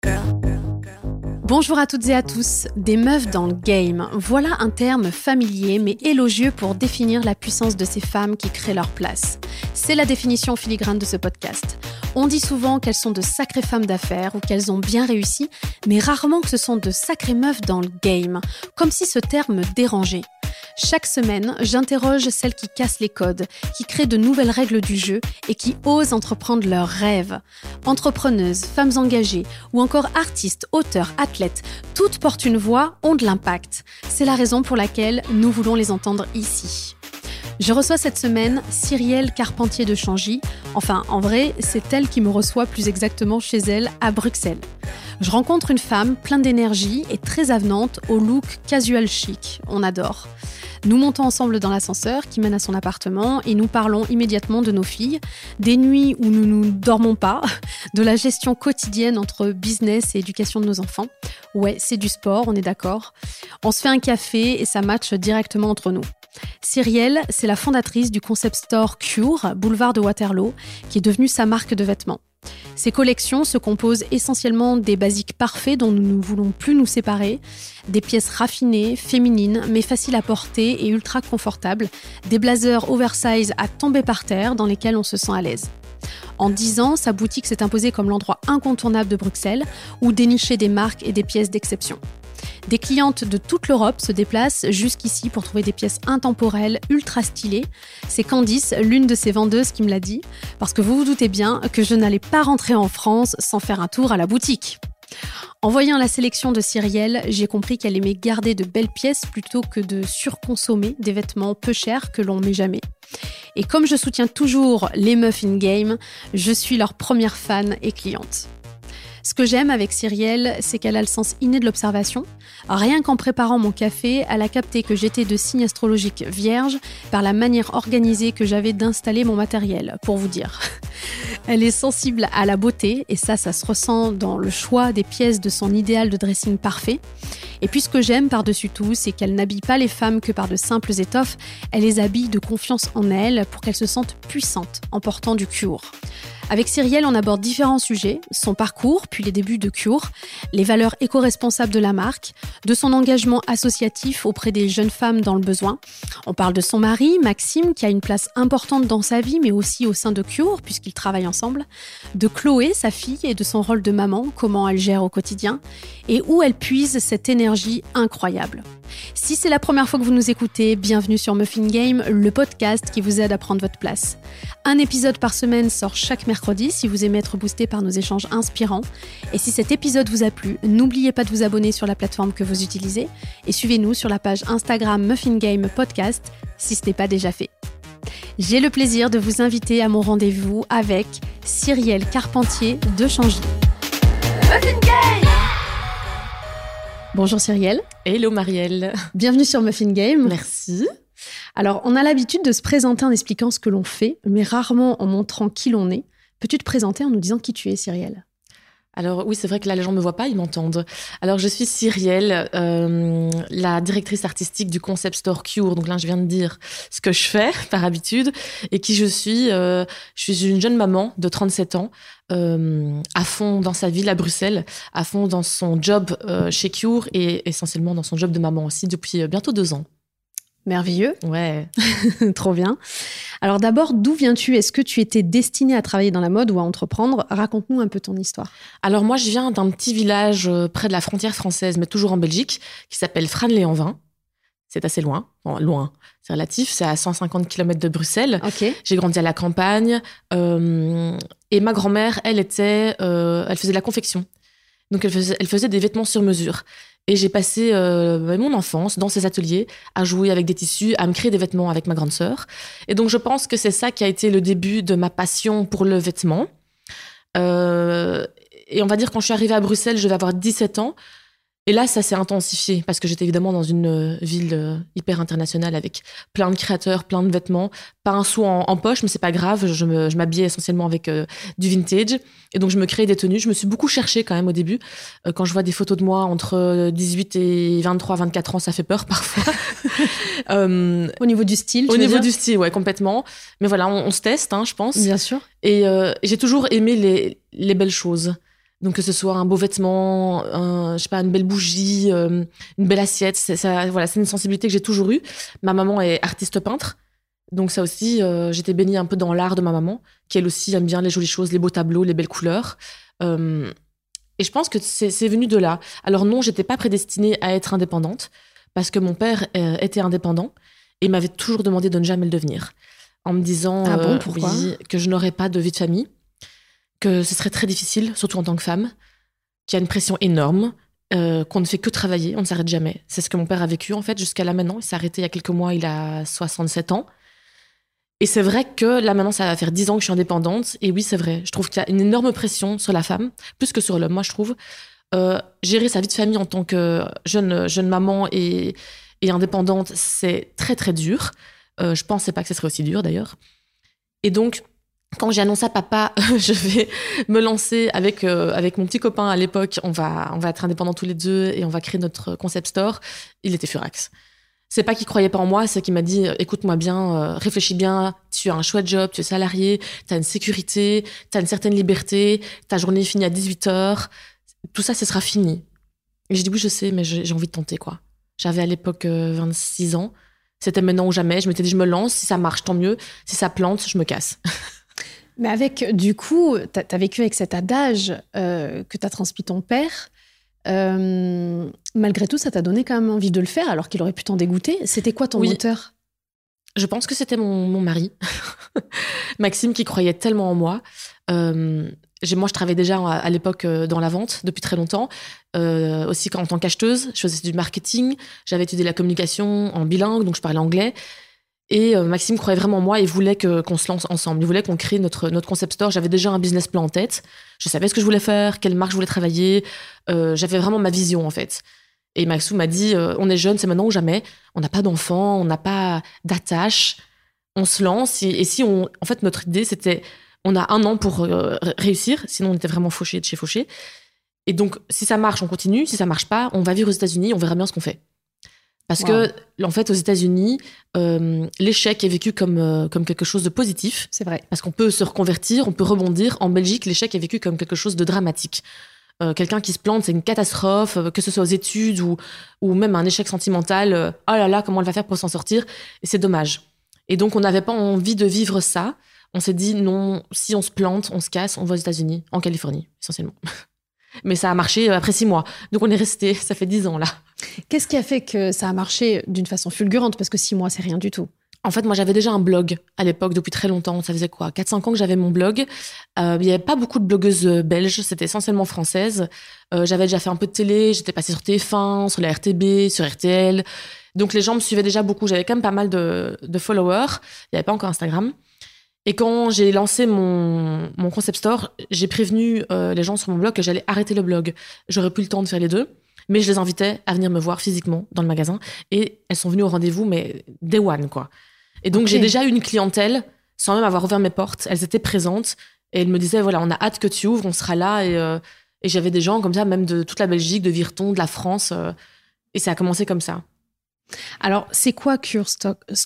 Bonjour à toutes et à tous, des meufs dans le game. Voilà un terme familier mais élogieux pour définir la puissance de ces femmes qui créent leur place. C'est la définition filigrane de ce podcast. On dit souvent qu'elles sont de sacrées femmes d'affaires ou qu'elles ont bien réussi, mais rarement que ce sont de sacrées meufs dans le game, comme si ce terme me dérangeait. Chaque semaine, j'interroge celles qui cassent les codes, qui créent de nouvelles règles du jeu et qui osent entreprendre leurs rêves. Entrepreneuses, femmes engagées ou encore artistes, auteurs, athlètes, toutes portent une voix, ont de l'impact. C'est la raison pour laquelle nous voulons les entendre ici. Je reçois cette semaine Cyrielle Carpentier de Changy. Enfin, en vrai, c'est elle qui me reçoit plus exactement chez elle, à Bruxelles. Je rencontre une femme pleine d'énergie et très avenante, au look casual chic. On adore. Nous montons ensemble dans l'ascenseur qui mène à son appartement et nous parlons immédiatement de nos filles, des nuits où nous ne dormons pas, de la gestion quotidienne entre business et éducation de nos enfants. Ouais, c'est du sport, on est d'accord. On se fait un café et ça matche directement entre nous. Cyrielle, c'est la fondatrice du concept store Cure, boulevard de Waterloo, qui est devenu sa marque de vêtements. Ces collections se composent essentiellement des basiques parfaits dont nous ne voulons plus nous séparer, des pièces raffinées, féminines, mais faciles à porter et ultra confortables, des blazers oversize à tomber par terre dans lesquels on se sent à l'aise. En 10 ans, sa boutique s'est imposée comme l'endroit incontournable de Bruxelles où dénicher des marques et des pièces d'exception. Des clientes de toute l'Europe se déplacent jusqu'ici pour trouver des pièces intemporelles, ultra stylées. C'est Candice, l'une de ces vendeuses, qui me l'a dit, parce que vous vous doutez bien que je n'allais pas rentrer en France sans faire un tour à la boutique. En voyant la sélection de Cyrielle, j'ai compris qu'elle aimait garder de belles pièces plutôt que de surconsommer des vêtements peu chers que l'on met jamais. Et comme je soutiens toujours les meufs in game, je suis leur première fan et cliente. Ce que j'aime avec Cyrielle, c'est qu'elle a le sens inné de l'observation. Rien qu'en préparant mon café, elle a capté que j'étais de signe astrologique vierge par la manière organisée que j'avais d'installer mon matériel, pour vous dire. Elle est sensible à la beauté, et ça se ressent dans le choix des pièces de son idéal de dressing parfait. Et puis ce que j'aime par-dessus tout, c'est qu'elle n'habille pas les femmes que par de simples étoffes, elle les habille de confiance en elles pour qu'elles se sentent puissantes en portant du Cure. Avec Cyrielle, on aborde différents sujets, son parcours, puis les débuts de Cure, les valeurs éco-responsables de la marque, de son engagement associatif auprès des jeunes femmes dans le besoin. On parle de son mari, Maxime, qui a une place importante dans sa vie, mais aussi au sein de Cure, puisqu'ils travaillent ensemble, de Chloé, sa fille, et de son rôle de maman, comment elle gère au quotidien, et où elle puise cette énergie incroyable. Si c'est la première fois que vous nous écoutez, bienvenue sur Muffin Game, le podcast qui vous aide à prendre votre place. Un épisode par semaine sort chaque mercredi si vous aimez être boosté par nos échanges inspirants. Et si cet épisode vous a plu, n'oubliez pas de vous abonner sur la plateforme que vous utilisez et suivez-nous sur la page Instagram Muffin Game Podcast si ce n'est pas déjà fait. J'ai le plaisir de vous inviter à mon rendez-vous avec Cyrielle Carpentier de Changy. Muffin Game! Bonjour Cyrielle. Hello Marielle. Bienvenue sur Muffin Game. Merci. Alors, on a l'habitude de se présenter en expliquant ce que l'on fait, mais rarement en montrant qui l'on est. Peux-tu te présenter en nous disant qui tu es, Cyrielle ? Alors oui, c'est vrai que là, les gens ne me voient pas, ils m'entendent. Alors, je suis Cyrielle, la directrice artistique du concept store Cure. Donc là, je viens de dire ce que je fais par habitude et qui je suis. Je suis une jeune maman de 37 ans, à fond dans sa ville à Bruxelles, à fond dans son job chez Cure et essentiellement dans son job de maman aussi depuis bientôt 2 ans. Merveilleux. Ouais. Trop bien. Alors d'abord, d'où viens-tu ? Est-ce que tu étais destinée à travailler dans la mode ou à entreprendre ? Raconte-nous un peu ton histoire. Alors moi, je viens d'un petit village près de la frontière française, mais toujours en Belgique, qui s'appelle Franelee-en-Vin. C'est assez loin. Bon, loin, c'est relatif. C'est à 150 km de Bruxelles. Okay. J'ai grandi à la campagne. Et ma grand-mère, elle faisait de la confection. Donc elle faisait des vêtements sur mesure. Et j'ai passé mon enfance dans ces ateliers à jouer avec des tissus, à me créer des vêtements avec ma grande sœur. Et donc, je pense que c'est ça qui a été le début de ma passion pour le vêtement. Et on va dire, quand je suis arrivée à Bruxelles, je devais avoir 17 ans. Et là, ça s'est intensifié parce que j'étais évidemment dans une ville hyper internationale avec plein de créateurs, plein de vêtements. Pas un sou en poche, mais c'est pas grave. Je m'habillais essentiellement avec du vintage. Et donc, je me créais des tenues. Je me suis beaucoup cherchée quand même au début. Quand je vois des photos de moi entre 18 et 23, 24 ans, ça fait peur parfois. Au niveau du style, Au niveau du style, ouais, complètement. Mais voilà, on se teste, je pense. Bien sûr. Et j'ai toujours aimé les belles choses. Donc que ce soit un beau vêtement, je sais pas, une belle bougie, une belle assiette, voilà, c'est une sensibilité que j'ai toujours eue. Ma maman est artiste peintre, donc ça aussi, j'étais baignée un peu dans l'art de ma maman, qui elle aussi aime bien les jolies choses, les beaux tableaux, les belles couleurs. Et je pense que c'est venu de là. Alors non, j'étais pas prédestinée à être indépendante, parce que mon père était indépendant et m'avait toujours demandé de ne jamais le devenir, en me disant Pourquoi oui, que je n'aurais pas de vie de famille, que ce serait très difficile, surtout en tant que femme, qu'il y a une pression énorme, qu'on ne fait que travailler, on ne s'arrête jamais. C'est ce que mon père a vécu, en fait, jusqu'à là maintenant. Il s'est arrêté il y a quelques mois, il a 67 ans. Et c'est vrai que là, maintenant, ça va faire 10 ans que je suis indépendante. Et oui, c'est vrai. Je trouve qu'il y a une énorme pression sur la femme, plus que sur l'homme, moi, je trouve. Gérer sa vie de famille en tant que jeune maman et indépendante, c'est très, très dur. Je pensais pas que ce serait aussi dur, d'ailleurs. Et donc, quand j'ai annoncé à papa, je vais me lancer avec mon petit copain à l'époque, on va être indépendants tous les deux et on va créer notre concept store, il était furax. C'est pas qu'il croyait pas en moi, c'est qu'il m'a dit écoute-moi bien, réfléchis bien, tu as un chouette job, tu es salarié, tu as une sécurité, tu as une certaine liberté, ta journée est finie à 18h, tout ça, ce sera fini. Et j'ai dit oui, je sais, mais j'ai envie de tenter, quoi. J'avais à l'époque 26 ans, c'était maintenant ou jamais, je m'étais dit je me lance, si ça marche, tant mieux, si ça plante, je me casse. Mais du coup, t'as vécu avec cet adage que t'as transmis ton père. Malgré tout, ça t'a donné quand même envie de le faire alors qu'il aurait pu t'en dégoûter. C'était quoi ton moteur ? Je pense que c'était mon mari, Maxime, qui croyait tellement en moi. Moi, je travaillais déjà à l'époque dans la vente depuis très longtemps. Aussi en tant qu'acheteuse, je faisais du marketing. J'avais étudié la communication en bilingue, donc je parlais anglais. Et Maxime croyait vraiment en moi et voulait qu'on se lance ensemble. Il voulait qu'on crée notre concept store. J'avais déjà un business plan en tête. Je savais ce que je voulais faire, quelle marque je voulais travailler. J'avais vraiment ma vision, en fait. Et Maxou m'a dit, on est jeune, c'est maintenant ou jamais. On n'a pas d'enfants, on n'a pas d'attache. On se lance. Et si en fait, notre idée, c'était, on a 1 an pour réussir. Sinon, on était vraiment fauchés de chez fauchés. Et donc, si ça marche, on continue. Si ça marche pas, on va vivre aux États-Unis, on verra bien ce qu'on fait. Parce que, en fait, aux États-Unis, l'échec est vécu comme quelque chose de positif. C'est vrai. Parce qu'on peut se reconvertir, on peut rebondir. En Belgique, l'échec est vécu comme quelque chose de dramatique. Quelqu'un qui se plante, c'est une catastrophe, que ce soit aux études ou même un échec sentimental. Oh là là, comment elle va faire pour s'en sortir ? Et c'est dommage. Et donc, on n'avait pas envie de vivre ça. On s'est dit, non, si on se plante, on se casse, on va aux États-Unis, en Californie, essentiellement. Mais ça a marché après 6 mois. Donc, on est resté. Ça fait 10 ans, là. Qu'est-ce qui a fait que ça a marché d'une façon fulgurante ? Parce que 6 mois, c'est rien du tout. En fait, moi, j'avais déjà un blog à l'époque, depuis très longtemps. Ça faisait quoi, 4-5 ans que j'avais mon blog. Il n'y avait pas beaucoup de blogueuses belges, c'était essentiellement françaises. J'avais déjà fait un peu de télé, j'étais passée sur TF1, sur la RTB, sur RTL. Donc, les gens me suivaient déjà beaucoup. J'avais quand même pas mal de followers. Il n'y avait pas encore Instagram. Et quand j'ai lancé mon concept store, j'ai prévenu les gens sur mon blog que j'allais arrêter le blog. J'aurais plus le temps de faire les deux. Mais je les invitais à venir me voir physiquement dans le magasin. Et elles sont venues au rendez-vous, mais day one, quoi. Et donc, j'ai déjà eu une clientèle, sans même avoir ouvert mes portes. Elles étaient présentes. Et elles me disaient, voilà, on a hâte que tu ouvres, on sera là. Et j'avais des gens comme ça, même de toute la Belgique, de Virton, de la France. Et ça a commencé comme ça. Alors, c'est quoi Cure Store ?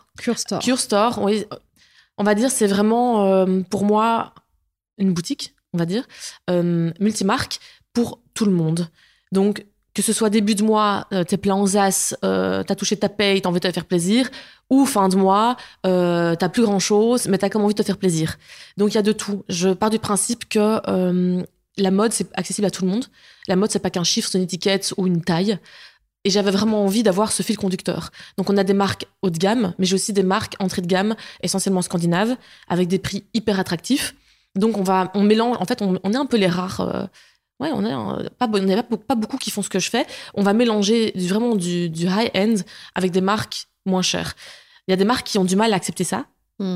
Cure Store, oui. On va dire, c'est vraiment, pour moi, une boutique, on va dire, multimarque pour tout le monde. Donc, que ce soit début de mois, t'es plein aux as, t'as touché ta paye, t'as envie de te faire plaisir, ou fin de mois, t'as plus grand-chose, mais t'as comme envie de te faire plaisir. Donc, il y a de tout. Je pars du principe que la mode, c'est accessible à tout le monde. La mode, c'est pas qu'un chiffre sur une étiquette ou une taille. Et j'avais vraiment envie d'avoir ce fil conducteur. Donc, on a des marques haut de gamme, mais j'ai aussi des marques entrée de gamme, essentiellement scandinaves, avec des prix hyper attractifs. Donc, on mélange. En fait, on est un peu les rares. On n'est pas beaucoup qui font ce que je fais. On va mélanger vraiment du high-end avec des marques moins chères. Il y a des marques qui ont du mal à accepter ça.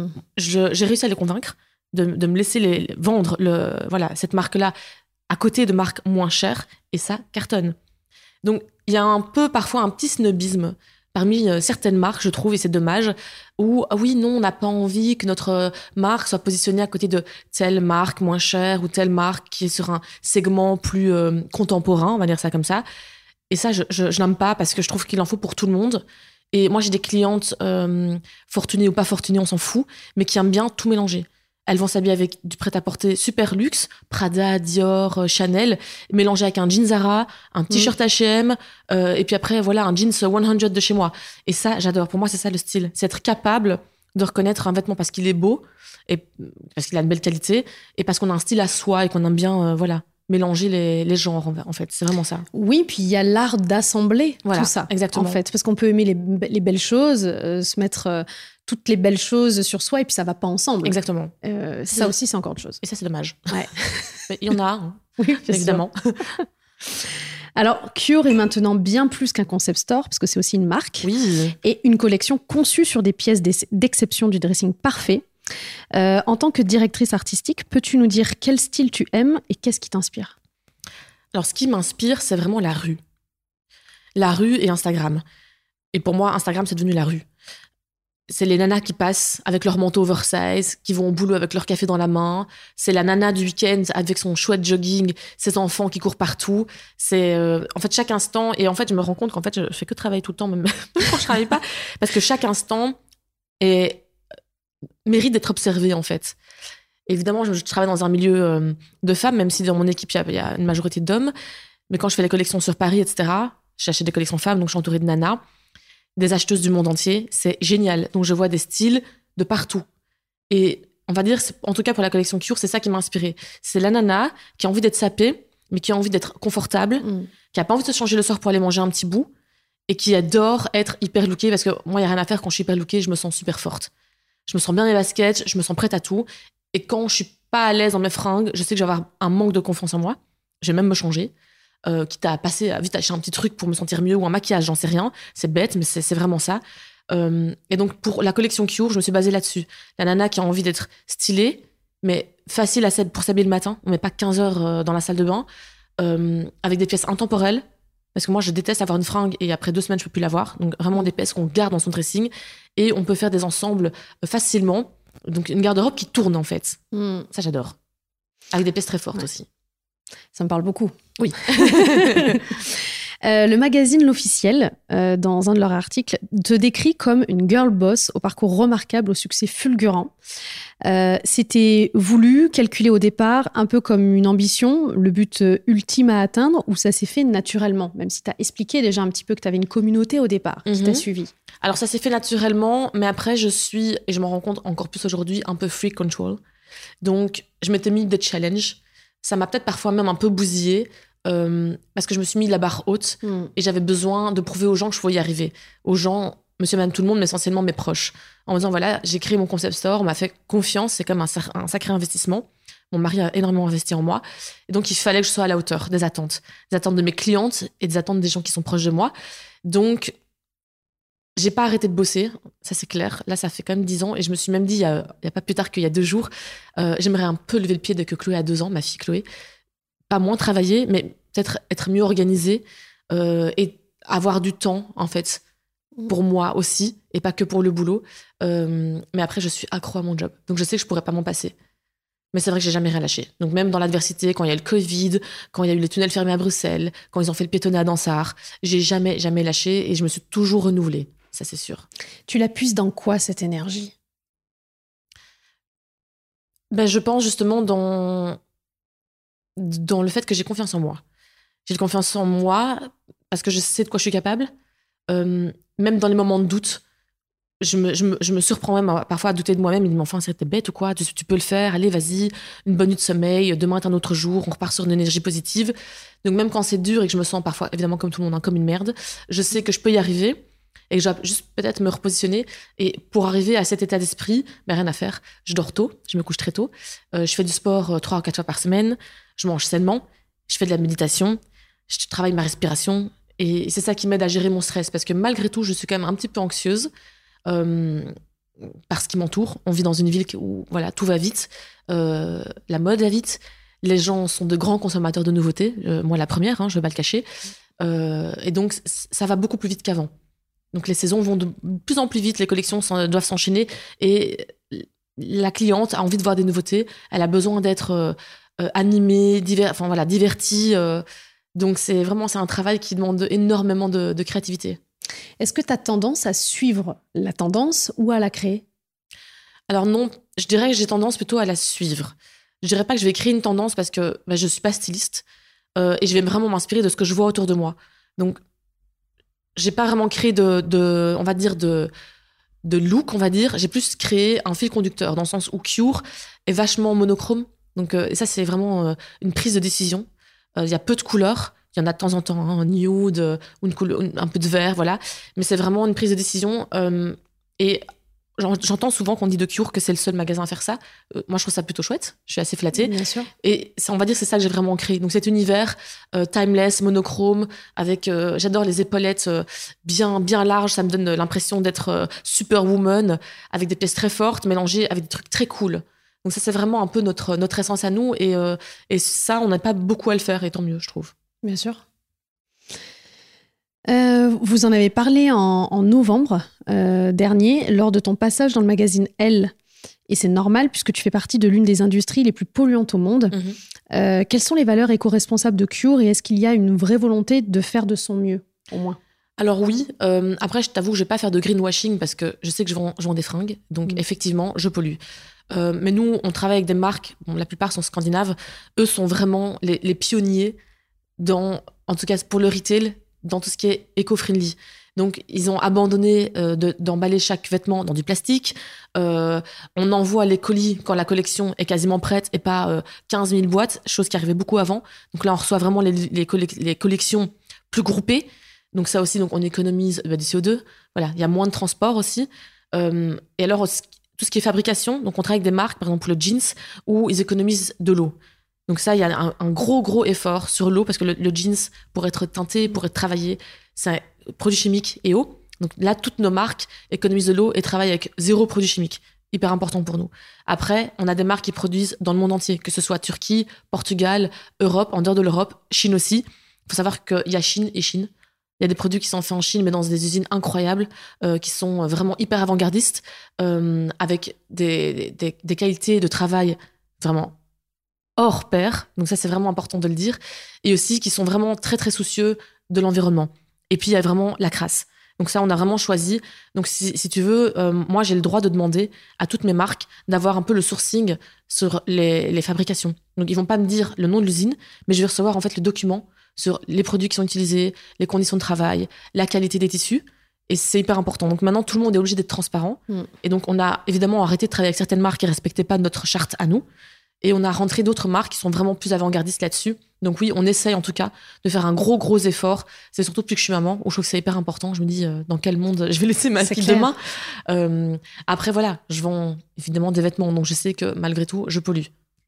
J'ai réussi à les convaincre de me laisser vendre cette marque-là à côté de marques moins chères. Et ça cartonne. Donc, il y a parfois un petit snobisme parmi certaines marques, je trouve, et c'est dommage, où, ah oui, non, on n'a pas envie que notre marque soit positionnée à côté de telle marque moins chère ou telle marque qui est sur un segment plus contemporain, on va dire ça comme ça. Et ça, je n'aime pas parce que je trouve qu'il en faut pour tout le monde. Et moi, j'ai des clientes fortunées ou pas fortunées, on s'en fout, mais qui aiment bien tout mélanger. elles vont s'habiller avec du prêt-à-porter super luxe, Prada, Dior, Chanel, mélangé avec un jean Zara, un t-shirt H&M, et puis après, voilà, un jeans 100 de chez moi. Et ça, j'adore. Pour moi, c'est ça le style. C'est être capable de reconnaître un vêtement parce qu'il est beau, et parce qu'il a une belle qualité, et parce qu'on a un style à soi et qu'on aime bien, mélanger les genres, en fait. C'est vraiment ça. Oui, puis il y a l'art d'assembler tout ça. Exactement. En fait, parce qu'on peut aimer les belles choses, se mettre toutes les belles choses sur soi, et puis ça va pas ensemble. Exactement. Ça aussi, c'est encore autre chose. Et ça, c'est dommage. Ouais. Mais il y en a, hein, oui, évidemment. Alors, Cure est maintenant bien plus qu'un concept store, parce que c'est aussi une marque. Oui. Et une collection conçue sur des pièces d'exception du dressing parfait. En tant que directrice artistique, peux-tu nous dire quel style tu aimes et qu'est-ce qui t'inspire ? Alors, ce qui m'inspire, c'est vraiment la rue. La rue et Instagram. Et pour moi, Instagram, c'est devenu la rue. C'est les nanas qui passent avec leur manteau oversize, qui vont au boulot avec leur café dans la main. C'est la nana du week-end avec son chouette jogging, ses enfants qui courent partout. C'est en fait chaque instant. Et en fait, je me rends compte qu'en fait, je fais que travailler tout le temps, même quand je travaille pas, parce que chaque instant mérite d'être observé, en fait. Évidemment, je travaille dans un milieu de femmes, même si dans mon équipe, il y a une majorité d'hommes. Mais quand je fais les collections sur Paris, etc., j'achète des collections femmes, donc je suis entourée de nanas, des acheteuses du monde entier. C'est génial. Donc, je vois des styles de partout. Et on va dire, en tout cas pour la collection Cure, c'est ça qui m'a inspirée. C'est la nana qui a envie d'être sapée, mais qui a envie d'être confortable, qui a pas envie de se changer le soir pour aller manger un petit bout, et qui adore être hyper lookée, parce que moi, il n'y a rien à faire quand je suis hyper lookée, je me sens super forte. Je me sens bien dans mes baskets, je me sens prête à tout. Et quand je suis pas à l'aise dans mes fringues, je sais que je vais avoir un manque de confiance en moi. Je vais même me changer. Quitte à passer à vite acheter un petit truc pour me sentir mieux ou un maquillage, j'en sais rien. C'est bête, mais c'est vraiment ça. Et donc, pour la collection Cure, je me suis basée là-dessus. La nana qui a envie d'être stylée, mais facile pour s'habiller le matin. On met pas 15 heures dans la salle de bain. Avec des pièces intemporelles. Parce que moi, je déteste avoir une fringue et après 2 semaines, je peux plus l'avoir. Donc, vraiment des pièces qu'on garde dans son dressing. Et on peut faire des ensembles facilement. Donc, une garde-robe qui tourne, en fait. Ça, j'adore. Avec des pièces très fortes aussi. Ça me parle beaucoup. Oui. Le magazine L'Officiel, dans un de leurs articles, te décrit comme une girl boss au parcours remarquable, au succès fulgurant. C'était voulu, calculé au départ, un peu comme une ambition, le but ultime à atteindre, ou ça s'est fait naturellement, même si tu as expliqué déjà un petit peu que tu avais une communauté au départ qui t'a suivi. Alors, ça s'est fait naturellement, mais après, je suis, et je m'en rends compte encore plus aujourd'hui, un peu free control. Donc, je m'étais mis des challenges. Ça m'a peut-être parfois même un peu bousillée, parce que je me suis mis la barre haute et j'avais besoin de prouver aux gens que je pouvais y arriver. Aux gens, monsieur, madame, tout le monde, mais essentiellement mes proches. En me disant, voilà, j'ai créé mon concept store, on m'a fait confiance, c'est comme un sacré investissement. Mon mari a énormément investi en moi. Et donc, il fallait que je sois à la hauteur des attentes. Des attentes de mes clientes et des attentes des gens qui sont proches de moi. Donc, j'ai pas arrêté de bosser, ça c'est clair. Là, ça fait quand même 10 ans et je me suis même dit, il y a pas plus tard qu'il y a 2 jours, j'aimerais un peu lever le pied dès que Chloé a 2 ans, ma fille Chloé. Pas moins travailler, mais peut-être être mieux organisée et avoir du temps, en fait, pour moi aussi, et pas que pour le boulot. Mais après, je suis accro à mon job. Donc, je sais que je pourrais pas m'en passer. Mais c'est vrai que j'ai jamais rien lâché. Donc, même dans l'adversité, quand il y a eu le Covid, quand il y a eu les tunnels fermés à Bruxelles, quand ils ont fait le piétonnet à Dansart, j'ai jamais lâché et je me suis toujours renouvelée. Ça, c'est sûr. Tu la puises dans quoi, cette énergie ? Ben, je pense justement dans le fait que j'ai confiance en moi. J'ai confiance en moi parce que je sais de quoi je suis capable. Même dans les moments de doute, je me surprends même parfois à douter de moi-même. Il me dit, mais enfin, c'était bête ou quoi ? Tu peux le faire, allez, vas-y, une bonne nuit de sommeil, demain est un autre jour, on repart sur une énergie positive. Donc même quand c'est dur et que je me sens parfois, évidemment, comme tout le monde, hein, comme une merde, je sais que je peux y arriver. Et que je dois juste peut-être me repositionner. Et pour arriver à cet état d'esprit, ben rien à faire. Je dors tôt, je me couche très tôt. Je fais du sport 3 ou 4 fois par semaine. Je mange sainement. Je fais de la méditation. Je travaille ma respiration. Et c'est ça qui m'aide à gérer mon stress. Parce que malgré tout, je suis quand même un petit peu anxieuse par ce qui m'entoure. On vit dans une ville où voilà, tout va vite. La mode va vite. Les gens sont de grands consommateurs de nouveautés. Moi, la première, je ne vais pas le cacher. Et donc, ça va beaucoup plus vite qu'avant. Donc, les saisons vont de plus en plus vite, les collections doivent s'enchaîner et la cliente a envie de voir des nouveautés. Elle a besoin d'être animée, divertie. Donc, c'est un travail qui demande énormément de créativité. Est-ce que tu as tendance à suivre la tendance ou à la créer ? Alors non, je dirais que j'ai tendance plutôt à la suivre. Je dirais pas que je vais créer une tendance parce que je suis pas styliste et je vais vraiment m'inspirer de ce que je vois autour de moi. Donc, j'ai pas vraiment créé on va dire, de look, on va dire. J'ai plus créé un fil conducteur dans le sens où Cure est vachement monochrome. Donc, et ça, c'est vraiment une prise de décision. Il y a peu de couleurs. Il y en a de temps en temps, un nude, ou un peu de vert, voilà. Mais c'est vraiment une prise de décision. Et j'entends souvent qu'on dit de Cure que c'est le seul magasin à faire ça. Moi, je trouve ça plutôt chouette. Je suis assez flattée. Bien sûr. Et on va dire c'est ça que j'ai vraiment créé. Donc cet univers timeless, monochrome, avec j'adore les épaulettes bien larges. Ça me donne l'impression d'être superwoman, avec des pièces très fortes, mélangées avec des trucs très cool. Donc ça, c'est vraiment un peu notre essence à nous. Et ça, on n'a pas beaucoup à le faire, et tant mieux, je trouve. Bien sûr. Vous en avez parlé en novembre dernier, lors de ton passage dans le magazine Elle. Et c'est normal, puisque tu fais partie de l'une des industries les plus polluantes au monde. Quelles sont les valeurs éco-responsables de Cure et est-ce qu'il y a une vraie volonté de faire de son mieux, au moins? Alors oui, après je t'avoue que je vais pas faire de greenwashing parce que je sais que je vends des fringues, donc effectivement je pollue. Mais nous, on travaille avec des marques, bon, la plupart sont scandinaves, eux sont vraiment les pionniers en tout cas pour le retail, dans tout ce qui est éco-friendly. Donc, ils ont abandonné d'emballer chaque vêtement dans du plastique. On envoie les colis quand la collection est quasiment prête et pas 15 000 boîtes, chose qui arrivait beaucoup avant. Donc là, on reçoit vraiment les collections plus groupées. Donc ça aussi, donc on économise du CO2. Voilà, il y a moins de transport aussi. Et alors, tout ce qui est fabrication, donc on travaille avec des marques, par exemple pour le jeans, où ils économisent de l'eau. Donc ça, il y a un gros effort sur l'eau parce que le jeans, pour être teinté, pour être travaillé, c'est un produit chimique et eau. Donc là, toutes nos marques économisent de l'eau et travaillent avec 0 produit chimique. Hyper important pour nous. Après, on a des marques qui produisent dans le monde entier, que ce soit Turquie, Portugal, Europe, en dehors de l'Europe, Chine aussi. Il faut savoir qu'il y a Chine et Chine. Il y a des produits qui sont faits en Chine, mais dans des usines incroyables, qui sont vraiment hyper avant-gardistes, avec des qualités de travail vraiment hors pair. Donc ça, c'est vraiment important de le dire. Et aussi qui sont vraiment très, très soucieux de l'environnement. Et puis, il y a vraiment la crasse. Donc ça, on a vraiment choisi. Donc si tu veux, moi, j'ai le droit de demander à toutes mes marques d'avoir un peu le sourcing sur les fabrications. Donc, ils vont pas me dire le nom de l'usine, mais je vais recevoir en fait le document sur les produits qui sont utilisés, les conditions de travail, la qualité des tissus. Et c'est hyper important. Donc maintenant, tout le monde est obligé d'être transparent. Et donc, on a évidemment arrêté de travailler avec certaines marques qui ne respectaient pas notre charte à nous. Et on a rentré d'autres marques qui sont vraiment plus avant-gardistes là-dessus. Donc oui, on essaye en tout cas de faire un gros effort. C'est surtout depuis que je suis maman, où je trouve que c'est hyper important. Je me dis, dans quel monde je vais laisser ma fille demain. Après, voilà, je vends évidemment des vêtements. Donc je sais que malgré tout, je pollue.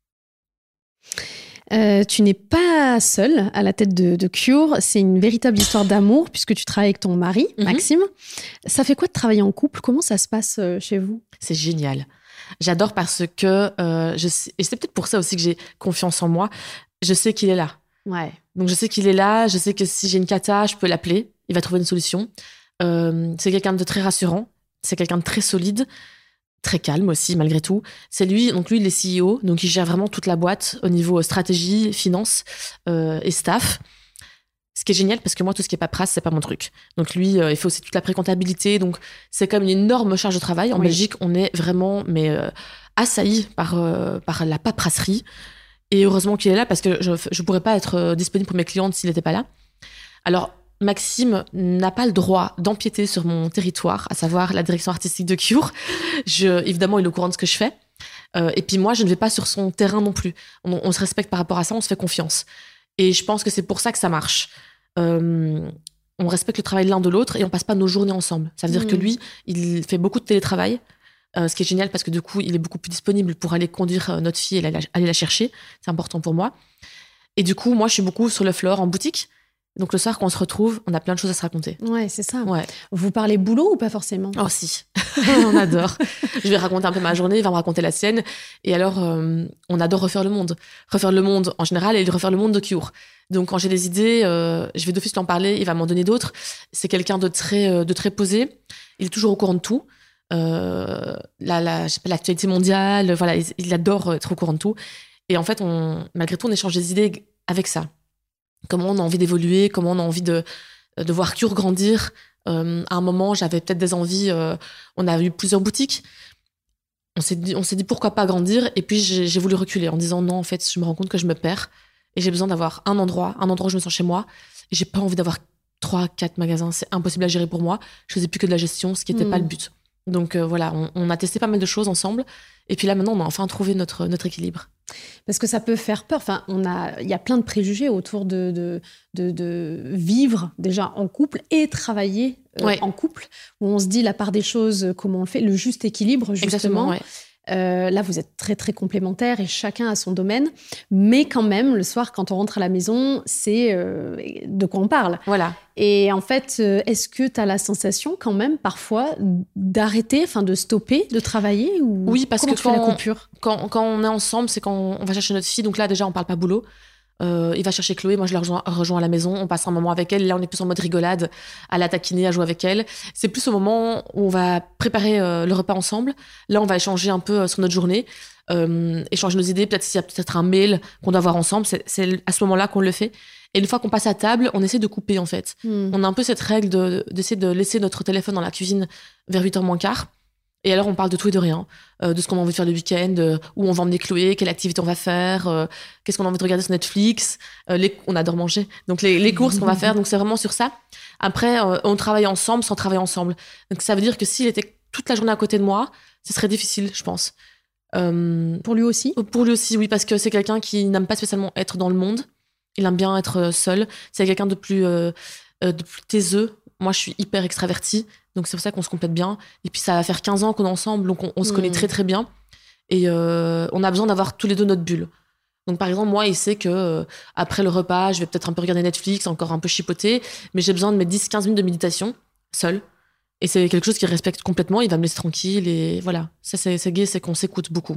Tu n'es pas seule à la tête de Cure. C'est une véritable histoire d'amour puisque tu travailles avec ton mari, Maxime. Ça fait quoi de travailler en couple? Comment ça se passe chez vous? C'est génial. J'adore parce que et c'est peut-être pour ça aussi que j'ai confiance en moi. Je sais qu'il est là. Ouais. Donc je sais qu'il est là. Je sais que si j'ai une cata, je peux l'appeler. Il va trouver une solution. C'est quelqu'un de très rassurant. C'est quelqu'un de très solide, très calme aussi malgré tout. C'est lui. Donc lui, il est CEO. Donc il gère vraiment toute la boîte au niveau stratégie, finance et staff. Ce qui est génial parce que moi, tout ce qui est paperasse, c'est pas mon truc. Donc lui, il fait aussi toute la pré-comptabilité. Donc c'est comme une énorme charge de travail. En Belgique, on est vraiment assailli par la paperasserie. Et heureusement qu'il est là parce que je pourrais pas être disponible pour mes clientes s'il n'était pas là. Alors Maxime n'a pas le droit d'empiéter sur mon territoire, à savoir la direction artistique de Cure. Évidemment, il est au courant de ce que je fais. Et puis moi, je ne vais pas sur son terrain non plus. On se respecte par rapport à ça, on se fait confiance. Et je pense que c'est pour ça que ça marche. On respecte le travail de l'un de l'autre et on passe pas nos journées ensemble. Ça veut dire que lui, il fait beaucoup de télétravail, ce qui est génial parce que du coup, il est beaucoup plus disponible pour aller conduire notre fille et aller la chercher. C'est important pour moi. Et du coup, moi, je suis beaucoup sur le floor en boutique. Donc le soir, quand on se retrouve, on a plein de choses à se raconter. Ouais, c'est ça. Ouais. Vous parlez boulot ou pas forcément? Oh si, on adore. Je vais raconter un peu ma journée, il va me raconter la sienne. Et alors, on adore refaire le monde. Refaire le monde en général et refaire le monde de Cure. Donc quand j'ai des idées, je vais d'office lui en parler, il va m'en donner d'autres. C'est quelqu'un de très posé. Il est toujours au courant de tout. Je sais pas, l'actualité mondiale, voilà, il adore être au courant de tout. Et en fait, malgré tout, on échange des idées avec ça. Comment on a envie d'évoluer, comment on a envie de voir Cure grandir. À un moment, j'avais peut-être des envies. On a eu plusieurs boutiques. on s'est dit pourquoi pas grandir. Et puis j'ai voulu reculer en disant non, en fait, je me rends compte que je me perds et j'ai besoin d'avoir un endroit où je me sens chez moi. Et j'ai pas envie d'avoir 3-4 magasins. C'est impossible à gérer pour moi. Je faisais plus que de la gestion, ce qui n'était pas le but. Donc voilà, on a testé pas mal de choses ensemble. Et puis là, maintenant, on a enfin trouvé notre équilibre. Parce que ça peut faire peur. Enfin, il y a plein de préjugés autour de vivre déjà en couple et travailler en couple, où on se dit la part des choses, comment on le fait, le juste équilibre, justement. Exactement, ouais. Là, vous êtes très, très complémentaires et chacun a son domaine. Mais quand même, le soir, quand on rentre à la maison, c'est de quoi on parle. Voilà. Et en fait, est-ce que tu as la sensation quand même parfois d'arrêter, enfin de stopper de travailler ou Oui, parce comment que tu fais la coupure quand on est ensemble, c'est quand on va chercher notre fille. Donc là, déjà, on parle pas boulot. Il va chercher Chloé, moi je la rejoins à la maison, on passe un moment avec elle. Là, on est plus en mode rigolade, à la taquiner, à jouer avec elle. C'est plus au moment où on va préparer le repas ensemble. Là, on va échanger un peu sur notre journée, échanger nos idées. Peut-être s'il y a peut-être un mail qu'on doit voir ensemble, c'est à ce moment-là qu'on le fait. Et une fois qu'on passe à table, on essaie de couper en fait. On a un peu cette règle d'essayer de laisser notre téléphone dans la cuisine vers 8h moins quart. Et alors, on parle de tout et de rien, de ce qu'on a envie de faire le week-end, où on va emmener Chloé, quelle activité on va faire, qu'est-ce qu'on a envie de regarder sur Netflix. On adore manger, donc les courses qu'on va faire. Donc, c'est vraiment sur ça. Après, on travaille ensemble sans travailler ensemble. Donc, ça veut dire que s'il était toute la journée à côté de moi, ce serait difficile, je pense. Pour lui aussi ? Pour lui aussi, oui, parce que c'est quelqu'un qui n'aime pas spécialement être dans le monde. Il aime bien être seul. C'est quelqu'un de plus taiseux. Moi, je suis hyper extravertie. Donc, c'est pour ça qu'on se complète bien. Et puis, ça va faire 15 ans qu'on est ensemble. Donc, on se connaît très, très bien. Et on a besoin d'avoir tous les deux notre bulle. Donc, par exemple, moi, il sait que après le repas, je vais peut-être un peu regarder Netflix, encore un peu chipoter. Mais j'ai besoin de mes 10-15 minutes de méditation, seule. Et c'est quelque chose qu'il respecte complètement. Il va me laisser tranquille. Et voilà. Ça, c'est gay, c'est qu'on s'écoute beaucoup.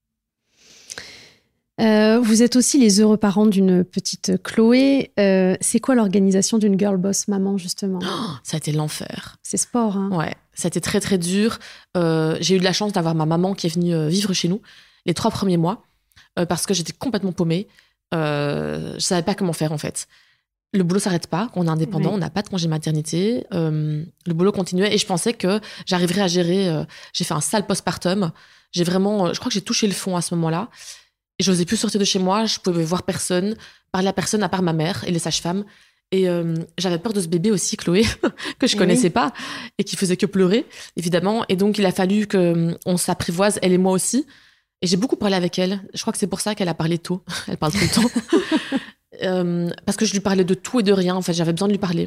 Vous êtes aussi les heureux parents d'une petite Chloé. C'est quoi l'organisation d'une girl boss maman, justement ? Ça a été l'enfer. C'est sport, hein ? Ouais, ça a été très, très dur. J'ai eu de la chance d'avoir ma maman qui est venue vivre chez nous les 3 premiers mois parce que j'étais complètement paumée. Je savais pas comment faire, en fait. Le boulot s'arrête pas. Quand on est indépendant, on n'a pas de congé maternité. Le boulot continuait et je pensais que j'arriverais à gérer. J'ai fait un sale postpartum. J'ai vraiment... je crois que j'ai touché le fond à ce moment-là. Et je n'osais plus sortir de chez moi, je pouvais voir personne, parler à personne à part ma mère et les sages-femmes. Et j'avais peur de ce bébé aussi, Chloé, que je connaissais pas et qui faisait que pleurer, évidemment. Et donc, il a fallu qu'on s'apprivoise, elle et moi aussi. Et j'ai beaucoup parlé avec elle. Je crois que c'est pour ça qu'elle a parlé tôt. Elle parle tout le temps. Parce que je lui parlais de tout et de rien. En fait, j'avais besoin de lui parler.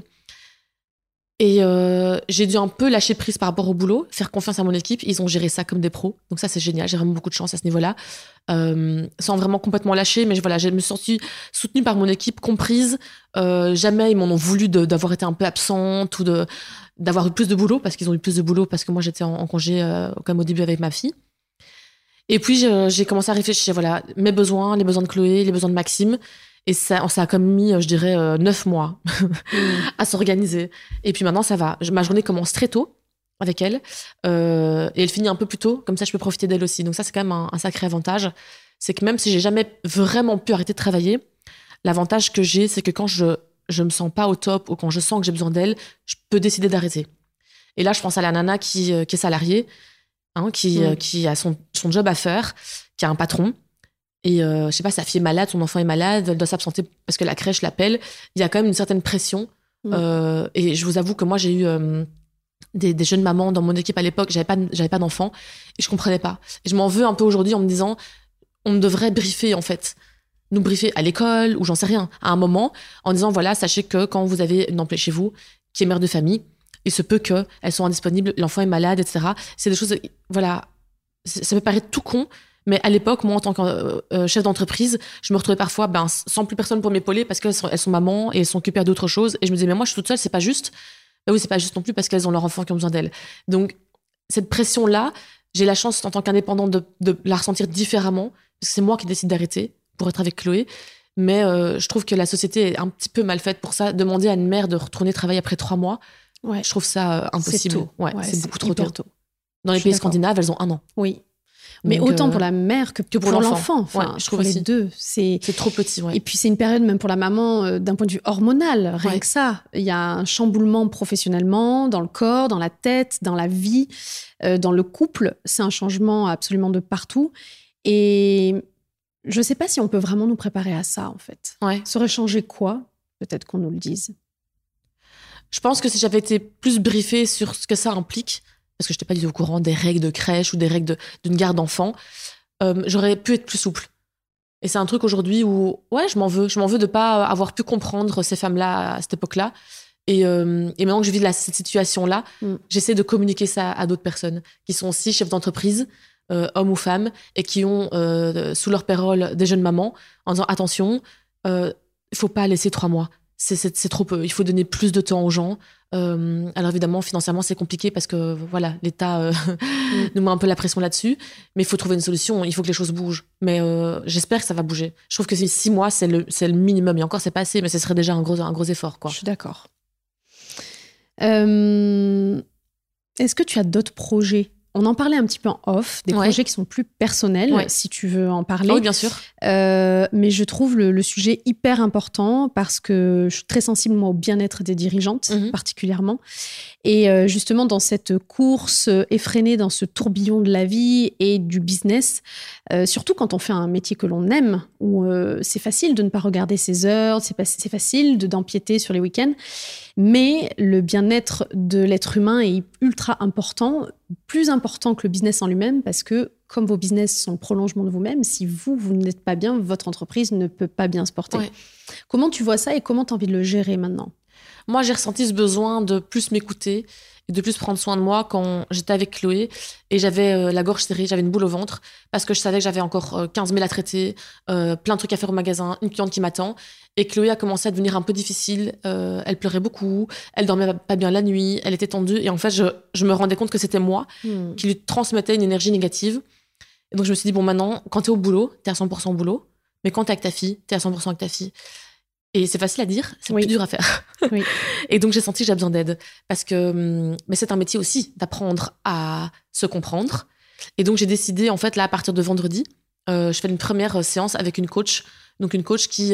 Et j'ai dû un peu lâcher prise par rapport au boulot, faire confiance à mon équipe. Ils ont géré ça comme des pros. Donc ça, c'est génial. J'ai vraiment beaucoup de chance à ce niveau-là. Sans vraiment complètement lâcher. Mais voilà, je me suis sentie soutenue par mon équipe, comprise. Jamais ils m'en ont voulu d'avoir été un peu absente ou d'avoir eu plus de boulot, parce qu'ils ont eu plus de boulot, parce que moi, j'étais en congé comme au début avec ma fille. Et puis, j'ai commencé à réfléchir, voilà, mes besoins, les besoins de Chloé, les besoins de Maxime. Et ça a comme mis, je dirais, 9 mois à s'organiser. Et puis maintenant, ça va. Ma journée commence très tôt avec elle. Et elle finit un peu plus tôt. Comme ça, je peux profiter d'elle aussi. Donc ça, c'est quand même un sacré avantage. C'est que même si j'ai jamais vraiment pu arrêter de travailler, l'avantage que j'ai, c'est que quand je me sens pas au top ou quand je sens que j'ai besoin d'elle, je peux décider d'arrêter. Et là, je pense à la nana qui est salariée, qui a son job à faire, qui a un patron. Et je sais pas, sa fille est malade, son enfant est malade, elle doit s'absenter parce que la crèche l'appelle. Il y a quand même une certaine pression. Et je vous avoue que moi, j'ai eu des jeunes mamans dans mon équipe à l'époque. J'avais pas d'enfants et je comprenais pas. Et je m'en veux un peu aujourd'hui en me disant, on devrait briefer en fait. Nous briefer à l'école ou j'en sais rien, à un moment, en disant voilà, sachez que quand vous avez une employée chez vous qui est mère de famille, il se peut qu'elles soient indisponibles, l'enfant est malade, etc. C'est des choses, voilà, ça peut paraître tout con. Mais à l'époque, moi, en tant que chef d'entreprise, je me retrouvais parfois sans plus personne pour m'épauler parce qu'elles sont mamans et elles sont occupées d'autres choses. Et je me disais, mais moi, je suis toute seule, c'est pas juste. Ben oui, c'est pas juste non plus parce qu'elles ont leurs enfants qui ont besoin d'elles. Donc, cette pression-là, j'ai la chance, en tant qu'indépendante, de la ressentir différemment. Parce que c'est moi qui décide d'arrêter pour être avec Chloé. Mais je trouve que la société est un petit peu mal faite pour ça. Demander à une mère de retourner travailler après 3 mois, je trouve ça impossible. C'est tôt. C'est beaucoup trop tôt. tôt. Dans les pays scandinaves, elles ont 1 an. Oui. Mais Donc, autant pour la mère que pour l'enfant. Enfin, je trouve pour les aussi. deux. C'est trop petit, ouais. Et puis, c'est une période, même pour la maman, d'un point de vue hormonal, rien que ça. Il y a un chamboulement professionnellement, dans le corps, dans la tête, dans la vie, dans le couple. C'est un changement absolument de partout. Et je ne sais pas si on peut vraiment nous préparer à ça, en fait. Ouais. Ça aurait changé quoi? Peut-être qu'on nous le dise. Je pense que si j'avais été plus briefée sur ce que ça implique, parce que je n'étais pas du tout au courant des règles de crèche ou des règles d'une garde d'enfant, j'aurais pu être plus souple. Et c'est un truc aujourd'hui où, ouais, je m'en veux. Je m'en veux de ne pas avoir pu comprendre ces femmes-là à cette époque-là. Et maintenant que je vis cette situation-là, j'essaie de communiquer ça à d'autres personnes qui sont aussi chefs d'entreprise, hommes ou femmes, et qui ont sous leur payroll des jeunes mamans, en disant attention, il ne faut pas laisser 3 mois. C'est trop peu. Il faut donner plus de temps aux gens. Alors évidemment, financièrement, c'est compliqué parce que voilà, l'État nous met un peu la pression là-dessus. Mais il faut trouver une solution. Il faut que les choses bougent. Mais j'espère que ça va bouger. Je trouve que 6 mois, c'est le minimum. Et encore, c'est pas assez, mais ce serait déjà un gros effort, quoi. Je suis d'accord. Est-ce que tu as d'autres projets? On en parlait un petit peu en off, des projets qui sont plus personnels, si tu veux en parler. Oui, bien sûr. Mais je trouve le sujet hyper important parce que je suis très sensible, moi, au bien-être des dirigeantes, particulièrement. Et justement, dans cette course effrénée, dans ce tourbillon de la vie et du business, surtout quand on fait un métier que l'on aime, où c'est facile de ne pas regarder ses heures, c'est facile d'empiéter sur les week-ends, mais le bien-être de l'être humain est ultra important, plus important que le business en lui-même, parce que comme vos business sont le prolongement de vous-même, si vous n'êtes pas bien, votre entreprise ne peut pas bien se porter. Ouais. Comment tu vois ça et comment tu as envie de le gérer maintenant? Moi, j'ai ressenti ce besoin de plus m'écouter et de plus prendre soin de moi quand j'étais avec Chloé et j'avais la gorge serrée, j'avais une boule au ventre parce que je savais que j'avais encore 15 000 à traiter, plein de trucs à faire au magasin, une cliente qui m'attend. Et Chloé a commencé à devenir un peu difficile. Elle pleurait beaucoup, elle dormait pas bien la nuit, elle était tendue. Et en fait, je me rendais compte que c'était moi qui lui transmettais une énergie négative. Et donc, je me suis dit, bon, maintenant, quand t'es au boulot, t'es à 100% au boulot. Mais quand t'es avec ta fille, t'es à 100% avec ta fille. Et c'est facile à dire, c'est plus dur à faire. Oui. Et donc, j'ai senti que j'avais besoin d'aide. Parce que mais c'est un métier aussi d'apprendre à se comprendre. Et donc, j'ai décidé, en fait, là, à partir de vendredi, je fais une première séance avec une coach. Donc, une coach qui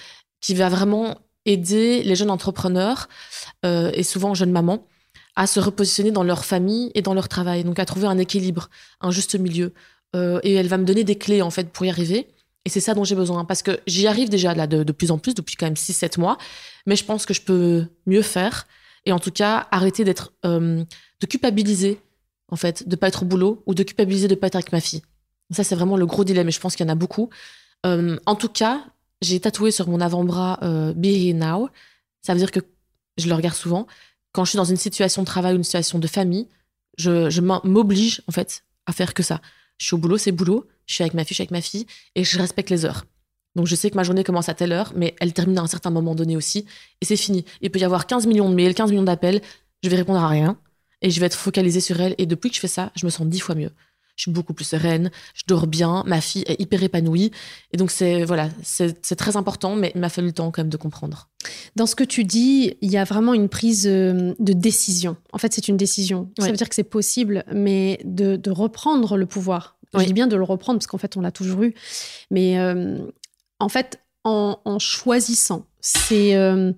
va vraiment aider les jeunes entrepreneurs et souvent jeunes mamans à se repositionner dans leur famille et dans leur travail. Donc, à trouver un équilibre, un juste milieu. Et elle va me donner des clés, en fait, pour y arriver. Et c'est ça dont j'ai besoin. Parce que j'y arrive déjà là de plus en plus, depuis quand même 6-7 mois. Mais je pense que je peux mieux faire. Et en tout cas, arrêter de culpabiliser, en fait, de pas être au boulot ou de culpabiliser de pas être avec ma fille. Ça, c'est vraiment le gros dilemme. Et je pense qu'il y en a beaucoup. En tout cas, j'ai tatoué sur mon avant-bras Be Here Now. Ça veut dire que je le regarde souvent. Quand je suis dans une situation de travail ou une situation de famille, je m'oblige, en fait, à faire que ça. Je suis au boulot, c'est boulot. Je suis avec ma fille et je respecte les heures. Donc, je sais que ma journée commence à telle heure, mais elle termine à un certain moment donné aussi. Et c'est fini. Il peut y avoir 15 millions de mails, 15 millions d'appels. Je vais répondre à rien et je vais être focalisée sur elle. Et depuis que je fais ça, je me sens 10 fois mieux. Je suis beaucoup plus sereine, je dors bien, ma fille est hyper épanouie. Et donc, c'est très important, mais il m'a fallu le temps quand même de comprendre. Dans ce que tu dis, il y a vraiment une prise de décision. En fait, c'est une décision. Ça veut dire que c'est possible, mais de reprendre le pouvoir. Je dis bien de le reprendre, parce qu'en fait, on l'a toujours eu. Mais en fait, en choisissant ses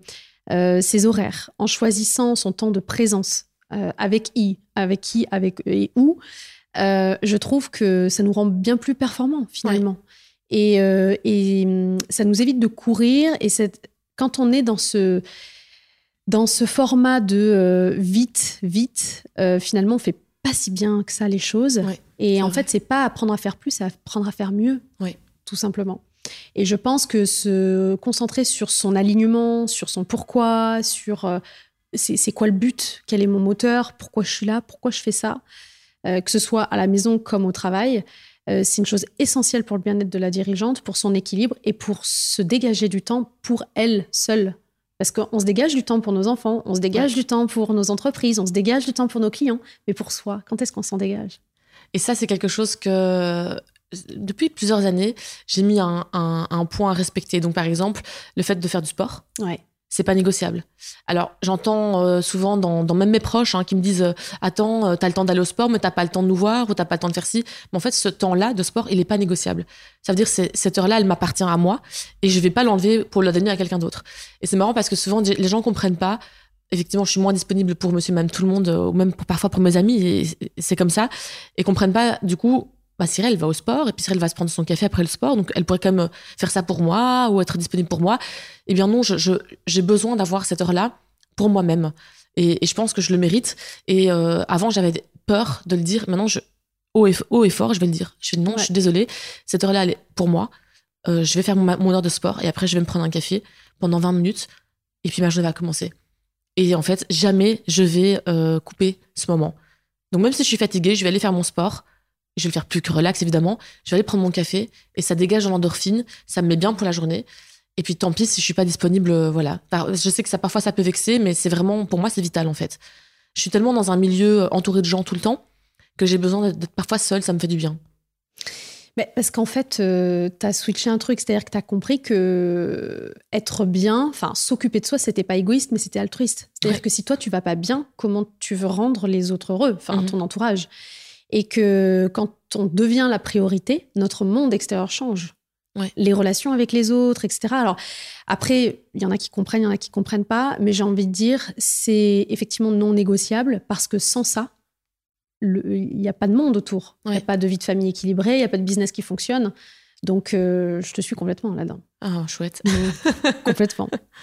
horaires, en choisissant son temps de présence, avec qui, et où, je trouve que ça nous rend bien plus performants, finalement. Et ça nous évite de courir. Et quand on est dans ce format de vite, finalement, on fait pas si bien que ça les choses. Et en fait, c'est pas apprendre à faire plus, c'est apprendre à faire mieux, tout simplement. Et je pense que se concentrer sur son alignement, sur son pourquoi, sur c'est quoi le but, quel est mon moteur, pourquoi je suis là, pourquoi je fais ça, que ce soit à la maison comme au travail, c'est une chose essentielle pour le bien-être de la dirigeante, pour son équilibre et pour se dégager du temps pour elle seule. Parce qu'on se dégage du temps pour nos enfants, on se dégage du temps pour nos entreprises, on se dégage du temps pour nos clients, mais pour soi, quand est-ce qu'on s'en dégage? Et ça, c'est quelque chose que, depuis plusieurs années, j'ai mis un point à respecter. Donc, par exemple, le fait de faire du sport. c'est pas négociable. Alors, j'entends souvent dans même mes proches qui me disent attends, t'as le temps d'aller au sport, mais t'as pas le temps de nous voir, ou t'as pas le temps de faire ci. Mais en fait, ce temps-là de sport, il est pas négociable. Ça veut dire que cette heure-là, elle m'appartient à moi, et je vais pas l'enlever pour la donner à quelqu'un d'autre. Et c'est marrant parce que souvent, les gens comprennent pas. Effectivement, je suis moins disponible pour monsieur, même tout le monde, ou même parfois pour mes amis, et c'est comme ça. Et comprennent pas, du coup, Cyril, elle va au sport, et puis Cyril va se prendre son café après le sport, donc elle pourrait quand même faire ça pour moi, ou être disponible pour moi. Eh bien non, j'ai besoin d'avoir cette heure-là pour moi-même. Et je pense que je le mérite. Et avant, j'avais peur de le dire. Maintenant, haut et fort, je vais le dire. Je suis désolée. Cette heure-là, elle est pour moi. Je vais faire mon heure de sport, et après, je vais me prendre un café pendant 20 minutes, et puis ma journée va commencer. Et en fait, jamais je vais couper ce moment. Donc même si je suis fatiguée, je vais aller faire mon sport. Je vais le faire plus que relax, évidemment. Je vais aller prendre mon café et ça dégage de l'endorphine. Ça me met bien pour la journée. Et puis tant pis si je suis pas disponible, voilà. Je sais que parfois ça peut vexer, mais c'est vraiment, pour moi, c'est vital en fait. Je suis tellement dans un milieu entouré de gens tout le temps que j'ai besoin d'être parfois seule, ça me fait du bien. Mais parce qu'en fait, tu as switché un truc, c'est-à-dire que tu as compris que être bien, enfin s'occuper de soi, c'était pas égoïste, mais c'était altruiste. C'est-à-dire que si toi tu vas pas bien, comment tu veux rendre les autres heureux, enfin ton entourage? Et que quand on devient la priorité, notre monde extérieur change. Ouais. Les relations avec les autres, etc. Alors, après, il y en a qui comprennent, il y en a qui comprennent pas, mais j'ai envie de dire, c'est effectivement non négociable parce que sans ça, il n'y a pas de monde autour. Il n'y a pas de vie de famille équilibrée, il n'y a pas de business qui fonctionne. Donc, je te suis complètement là-dedans. Ah, chouette. Complètement.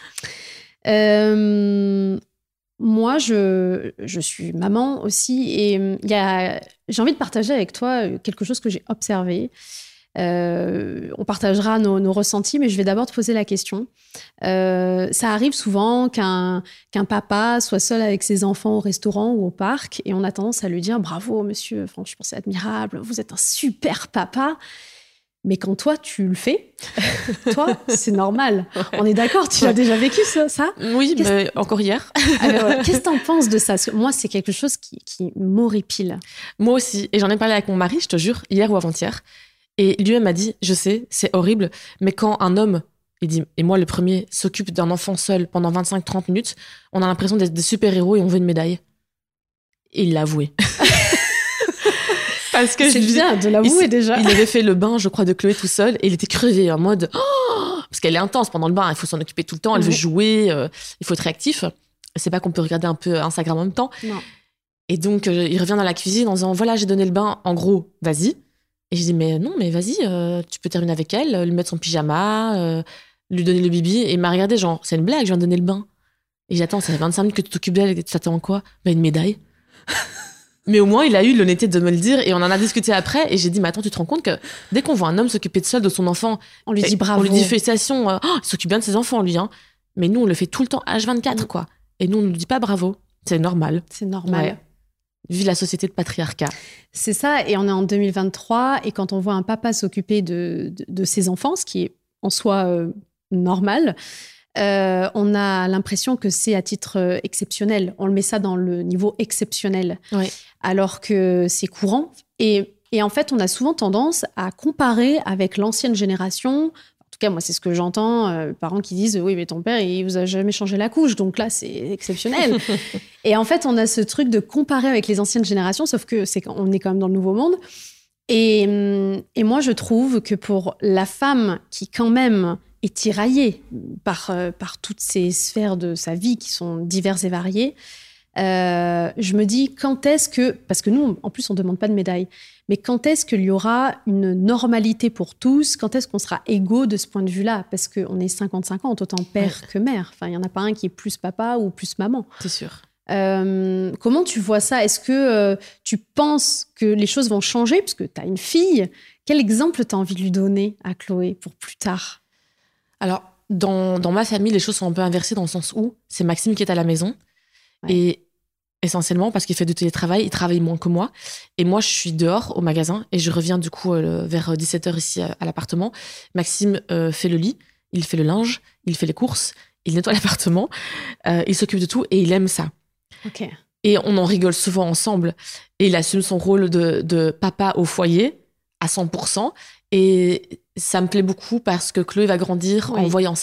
Moi, je suis maman aussi et j'ai envie de partager avec toi quelque chose que j'ai observé. On partagera nos ressentis, mais je vais d'abord te poser la question. Ça arrive souvent qu'un papa soit seul avec ses enfants au restaurant ou au parc et on a tendance à lui dire « Bravo, monsieur, franchement, c'est admirable, vous êtes un super papa ». Mais quand toi, tu le fais, toi, c'est normal. On est d'accord, tu l'as déjà vécu, ça? Oui, mais encore hier. Alors, qu'est-ce que t'en penses de ça? Parce que moi, c'est quelque chose qui m'horripile. Moi aussi. Et j'en ai parlé avec mon mari, je te jure, hier ou avant-hier. Et lui-même m'a dit, je sais, c'est horrible, mais quand un homme, il dit, et moi le premier, s'occupe d'un enfant seul pendant 25-30 minutes, on a l'impression d'être des super-héros et on veut une médaille. Et il l'a avoué. Parce que c'est bien de l'avouer déjà. Il avait fait le bain, je crois, de Chloé tout seul et il était crevé en mode parce qu'elle est intense pendant le bain, il faut s'en occuper tout le temps, elle veut jouer, il faut être réactif. C'est pas qu'on peut regarder un peu Instagram en même temps. Non. Et donc il revient dans la cuisine en disant voilà, j'ai donné le bain, en gros, vas-y. Et je dis mais non, mais vas-y, tu peux terminer avec elle, lui mettre son pyjama, lui donner le bibi. Et il m'a regardé genre c'est une blague, je viens de donner le bain. Et j'ai dit attends, ça fait 25 minutes que tu t'occupes d'elle, tu t'attends quoi? Une médaille. Mais au moins, il a eu l'honnêteté de me le dire et on en a discuté après. Et j'ai dit, mais attends, tu te rends compte que dès qu'on voit un homme s'occuper de seul de son enfant, on lui dit bravo. On lui dit félicitations, il s'occupe bien de ses enfants, lui. Hein. Mais nous, on le fait tout le temps, H24, quoi. Et nous, on ne lui dit pas bravo. C'est normal. C'est normal. Ouais. Vu la société de patriarcat. C'est ça. Et on est en 2023. Et quand on voit un papa s'occuper de ses enfants, ce qui est en soi normal, on a l'impression que c'est à titre exceptionnel. On le met ça dans le niveau exceptionnel. Ouais. Alors que c'est courant. Et en fait, on a souvent tendance à comparer avec l'ancienne génération. En tout cas, moi, c'est ce que j'entends. Parents qui disent « Oui, mais ton père, il vous a jamais changé la couche. Donc là, c'est exceptionnel. » Et en fait, on a ce truc de comparer avec les anciennes générations, sauf que on est quand même dans le nouveau monde. Et moi, je trouve que pour la femme qui, quand même, est tiraillée par toutes ces sphères de sa vie qui sont diverses et variées, je me dis quand est-ce que, parce que nous en plus on ne demande pas de médaille, mais quand est-ce qu'il y aura une normalité pour tous, quand est-ce qu'on sera égaux de ce point de vue-là, parce qu'on est 50-50, autant père que mère, enfin il n'y en a pas un qui est plus papa ou plus maman. C'est sûr. Comment tu vois ça? Est-ce que tu penses que les choses vont changer, parce que tu as une fille, quel exemple tu as envie de lui donner à Chloé pour plus tard? Alors dans ma famille les choses sont un peu inversées dans le sens où c'est Maxime qui est à la maison. Ouais. Et essentiellement parce qu'il fait du télétravail, il travaille moins que moi. Et moi, je suis dehors au magasin et je reviens du coup vers 17h ici à l'appartement. Maxime fait le lit, il fait le linge, il fait les courses, il nettoie l'appartement, il s'occupe de tout et il aime ça. Okay. Et on en rigole souvent ensemble. Et il assume son rôle de papa au foyer à 100%. Et ça me plaît beaucoup parce que Chloé va grandir en voyant ça.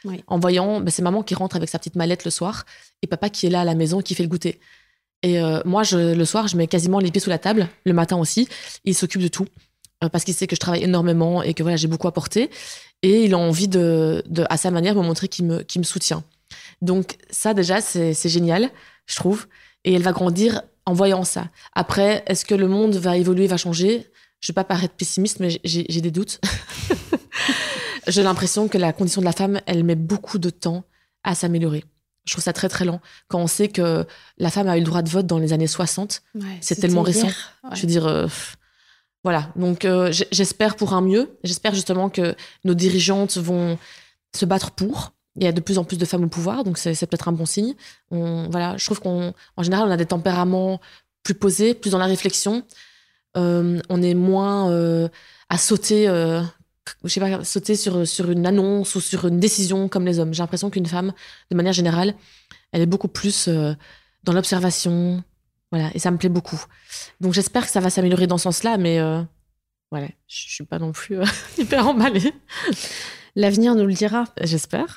Oui. En voyant, c'est maman qui rentre avec sa petite mallette le soir et papa qui est là à la maison qui fait le goûter. Et moi, le soir, je mets quasiment les pieds sous la table, le matin aussi. Il s'occupe de tout parce qu'il sait que je travaille énormément et que voilà, j'ai beaucoup apporté. Et il a envie à sa manière, me montrer qu'il me soutient. Donc ça, déjà, c'est génial, je trouve. Et elle va grandir en voyant ça. Après, est-ce que le monde va évoluer, va changer ? Je vais pas paraître pessimiste, mais j'ai des doutes. J'ai l'impression que la condition de la femme, elle met beaucoup de temps à s'améliorer. Je trouve ça très, très lent. Quand on sait que la femme a eu le droit de vote dans les années 60, c'est tellement récent. Ouais. Je veux dire, voilà. Donc, j'espère pour un mieux. J'espère justement que nos dirigeantes vont se battre pour. Il y a de plus en plus de femmes au pouvoir, donc c'est peut-être un bon signe. Voilà, je trouve qu'en général, on a des tempéraments plus posés, plus dans la réflexion. On est moins à sauter... je sais pas, sauter sur une annonce ou sur une décision comme les hommes. J'ai l'impression qu'une femme, de manière générale, elle est beaucoup plus dans l'observation. Voilà, et ça me plaît beaucoup. Donc j'espère que ça va s'améliorer dans ce sens-là, mais voilà, je suis pas non plus hyper emballée. L'avenir nous le dira. J'espère.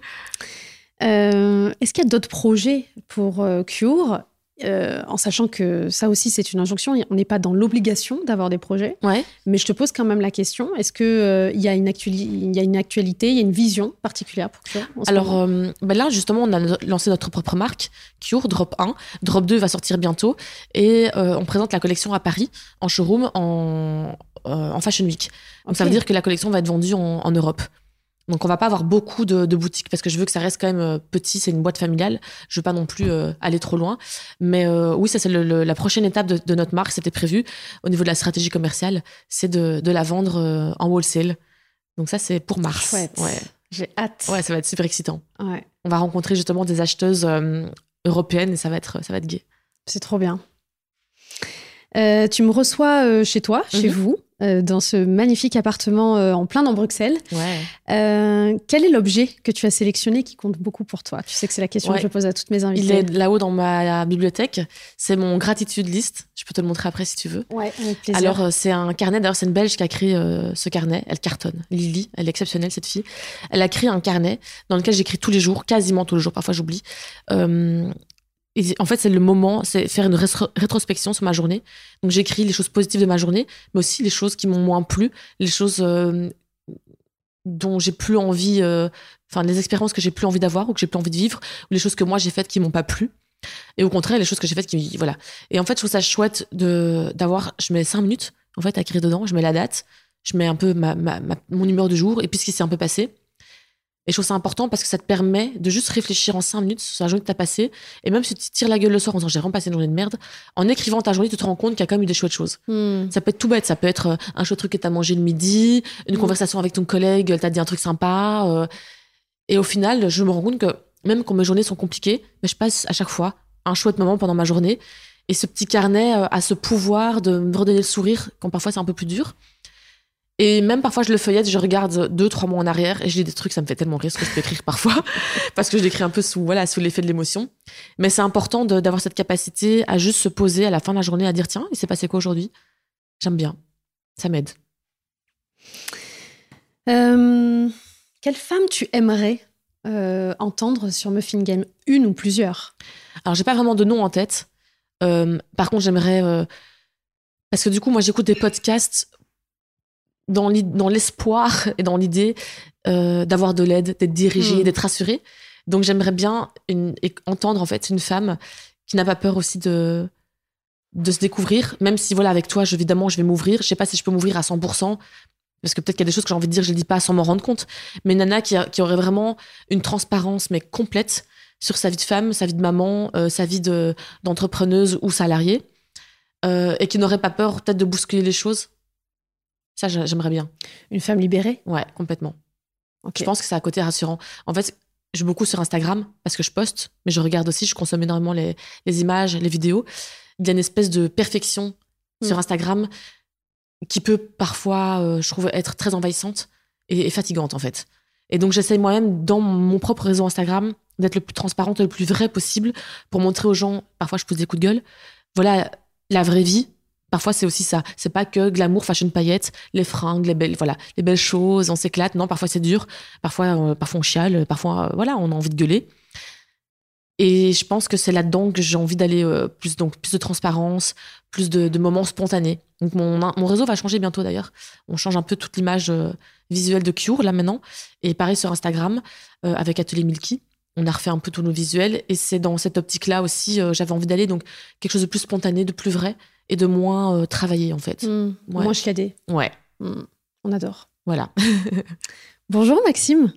Est-ce qu'il y a d'autres projets pour Cure, en sachant que ça aussi, c'est une injonction. On n'est pas dans l'obligation d'avoir des projets. Ouais. Mais je te pose quand même la question. Est-ce qu'il y a une actualité, il y a une vision particulière pour Cure? Alors, là, justement, on a lancé notre propre marque, Cure, Drop 1. Drop 2 va sortir bientôt. Et on présente la collection à Paris, en showroom, en Fashion Week. Donc, ça veut dire que la collection va être vendue en Europe. Donc, on va pas avoir beaucoup de boutiques parce que je veux que ça reste quand même petit. C'est une boîte familiale. Je veux pas non plus aller trop loin. Mais oui, ça, c'est la prochaine étape de notre marque. C'était prévu au niveau de la stratégie commerciale. C'est de la vendre en wholesale. Donc, ça, c'est pour mars. Chouette. Ouais. J'ai hâte. Ouais, ça va être super excitant. Ouais. On va rencontrer justement des acheteuses européennes et ça va être gai. C'est trop bien. Tu me reçois chez toi, chez vous, dans ce magnifique appartement en plein dans Bruxelles. Ouais. Quel est l'objet que tu as sélectionné qui compte beaucoup pour toi? Tu sais que c'est la question que je pose à toutes mes invités. Il est là-haut dans ma bibliothèque. C'est mon gratitude list. Je peux te le montrer après si tu veux. Ouais, avec plaisir. Alors, c'est un carnet. D'ailleurs, c'est une Belge qui a créé ce carnet. Elle cartonne. Lily, elle est exceptionnelle, cette fille. Elle a créé un carnet dans lequel j'écris tous les jours, quasiment tous les jours. Parfois, j'oublie. Et en fait, c'est le moment, c'est faire une rétrospection sur ma journée. Donc, j'écris les choses positives de ma journée, mais aussi les choses qui m'ont moins plu, les choses dont j'ai plus envie, les expériences que j'ai plus envie d'avoir ou que j'ai plus envie de vivre, ou les choses que moi j'ai faites qui m'ont pas plu. Et au contraire, les choses que j'ai faites qui, voilà. Et en fait, je trouve ça chouette je mets 5 minutes, en fait, à écrire dedans, je mets la date, je mets un peu mon humeur du jour et puis ce qui s'est un peu passé. Et je trouve ça important parce que ça te permet de juste réfléchir en 5 minutes sur la journée que tu as passée. Et même si tu te tires la gueule le soir en disant j'ai vraiment passé une journée de merde, en écrivant ta journée, tu te rends compte qu'il y a quand même eu des chouettes choses. Ça peut être tout bête, ça peut être un chouette truc que tu as mangé le midi, une conversation avec ton collègue, tu as dit un truc sympa. Et au final, je me rends compte que même quand mes journées sont compliquées, je passe à chaque fois un chouette moment pendant ma journée. Et ce petit carnet a ce pouvoir de me redonner le sourire quand parfois c'est un peu plus dur. Et même parfois, je le feuillette, je regarde 2-3 mois en arrière et je lis des trucs, ça me fait tellement rire ce que je peux écrire parfois, parce que je l'écris un peu sous l'effet de l'émotion. Mais c'est important d'avoir cette capacité à juste se poser à la fin de la journée, à dire tiens, il s'est passé quoi aujourd'hui? J'aime bien, ça m'aide. Quelle femme tu aimerais entendre sur Muffin Game? Une ou plusieurs? Alors, j'ai pas vraiment de nom en tête. Par contre, j'aimerais... parce que du coup, moi, j'écoute des podcasts dans l'espoir et dans l'idée d'avoir de l'aide, d'être dirigée, d'être rassurée. Donc, j'aimerais bien entendre en fait une femme qui n'a pas peur aussi de se découvrir, même si voilà, avec toi, évidemment, je vais m'ouvrir. Je sais pas si je peux m'ouvrir à 100%, parce que peut-être qu'il y a des choses que j'ai envie de dire, je les dis pas sans m'en rendre compte. Mais Nana qui aurait vraiment une transparence, mais complète, sur sa vie de femme, sa vie de maman, sa vie d'entrepreneuse ou salariée, et qui n'aurait pas peur peut-être de bousculer les choses. Ça, j'aimerais bien. Une femme libérée? Ouais, complètement. Okay. Je pense que c'est un côté rassurant. En fait, je suis beaucoup sur Instagram parce que je poste, mais je regarde aussi, je consomme énormément les images, les vidéos. Il y a une espèce de perfection sur Instagram qui peut parfois, je trouve, être très envahissante et fatigante, en fait. Et donc, j'essaye moi-même, dans mon propre réseau Instagram, d'être le plus transparente et le plus vrai possible pour montrer aux gens, parfois je pose des coups de gueule, voilà, la vraie vie, Parfois, c'est aussi ça. C'est pas que glamour, fashion, paillettes, les fringues, les belles choses, on s'éclate. Non, parfois c'est dur. Parfois on chiale. Parfois, on a envie de gueuler. Et je pense que c'est là-dedans que j'ai envie d'aller plus de transparence, plus de moments spontanés. Donc mon réseau va changer bientôt d'ailleurs. On change un peu toute l'image visuelle de Cure là maintenant. Et pareil sur Instagram avec Atelier Milky. On a refait un peu tous nos visuels. Et c'est dans cette optique-là aussi, j'avais envie d'aller. Donc quelque chose de plus spontané, de plus vrai et de moins travaillé en fait. Moins chiadé. Ouais. On adore. Voilà. Bonjour Maxime.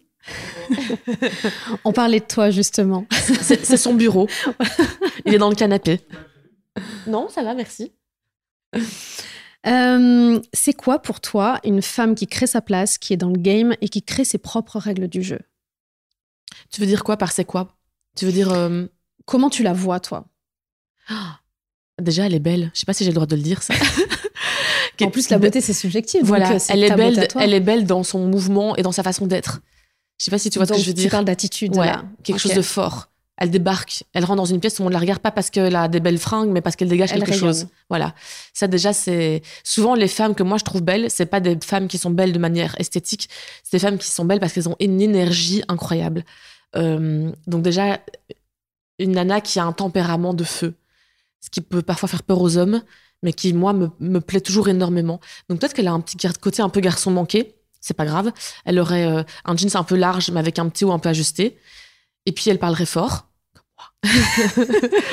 On parlait de toi justement. C'est son bureau. Il est dans le canapé. Non, ça va, merci. C'est quoi pour toi une femme qui crée sa place, qui est dans le game et qui crée ses propres règles du jeu? Tu veux dire quoi par c'est quoi? Tu veux dire... Comment tu la vois, toi? Déjà, elle est belle. Je sais pas si j'ai le droit de le dire, ça. En plus, la beauté, c'est subjectif. Voilà, donc, elle est belle dans son mouvement et dans sa façon d'être. Je sais pas si tu vois ce que je veux dire. Tu parles d'attitude, ouais, là. Quelque chose de fort. Elle débarque, elle rentre dans une pièce, tout le monde la regarde pas parce qu'elle a des belles fringues, mais parce qu'elle dégage quelque chose. Voilà. Ça, déjà, c'est... Souvent, les femmes que moi, je trouve belles, c'est pas des femmes qui sont belles de manière esthétique, c'est des femmes qui sont belles parce qu'elles ont une énergie incroyable. Donc déjà, une nana qui a un tempérament de feu, ce qui peut parfois faire peur aux hommes, mais qui, moi, me plaît toujours énormément. Donc peut-être qu'elle a un petit côté un peu garçon manqué, c'est pas grave. Elle aurait un jeans un peu large, mais avec un petit haut un peu ajusté. Et puis, elle parlerait fort, comme moi.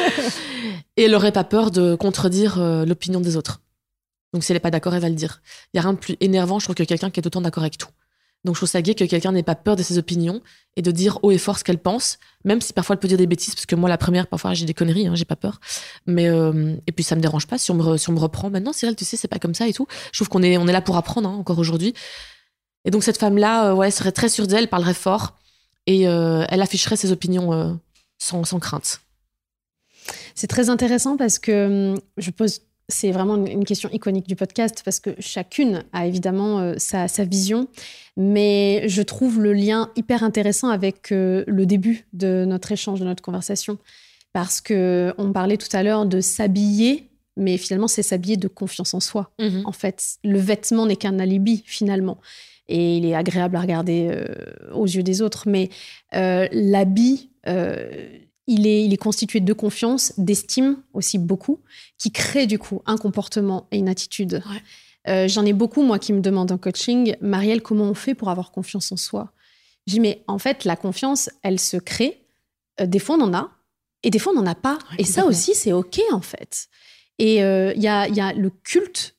Et elle aurait pas peur de contredire l'opinion des autres. Donc si elle est pas d'accord, elle va le dire. Il y a rien de plus énervant, je trouve, que quelqu'un qui est autant d'accord avec tout. Donc je trouve ça gai que quelqu'un n'ait pas peur de ses opinions et de dire haut et fort ce qu'elle pense, même si parfois elle peut dire des bêtises, parce que moi la première, parfois j'ai des conneries, j'ai pas peur. Mais et puis ça me dérange pas si on me reprend. Maintenant, Cyril, tu sais, c'est pas comme ça et tout. Je trouve qu'on est là pour apprendre encore aujourd'hui. Et donc cette femme-là, serait très sûre d'elle, parlerait fort et elle afficherait ses opinions sans crainte. C'est très intéressant parce que c'est vraiment une question iconique du podcast parce que chacune a évidemment sa vision, mais je trouve le lien hyper intéressant avec le début de notre échange, de notre conversation, parce qu'on parlait tout à l'heure de s'habiller, mais finalement c'est s'habiller de confiance en soi. En fait, le vêtement n'est qu'un alibi finalement, et il est agréable à regarder aux yeux des autres, mais l'habit... Il est constitué de confiance, d'estime aussi beaucoup, qui crée du coup un comportement et une attitude. Ouais. J'en ai beaucoup, moi, qui me demandent en coaching, Marielle, comment on fait pour avoir confiance en soi? Je dis, mais en fait, la confiance, elle se crée. Des fois, on en a, et des fois, on n'en a pas. Ouais, et ça aussi, c'est OK, en fait. Et il y a le culte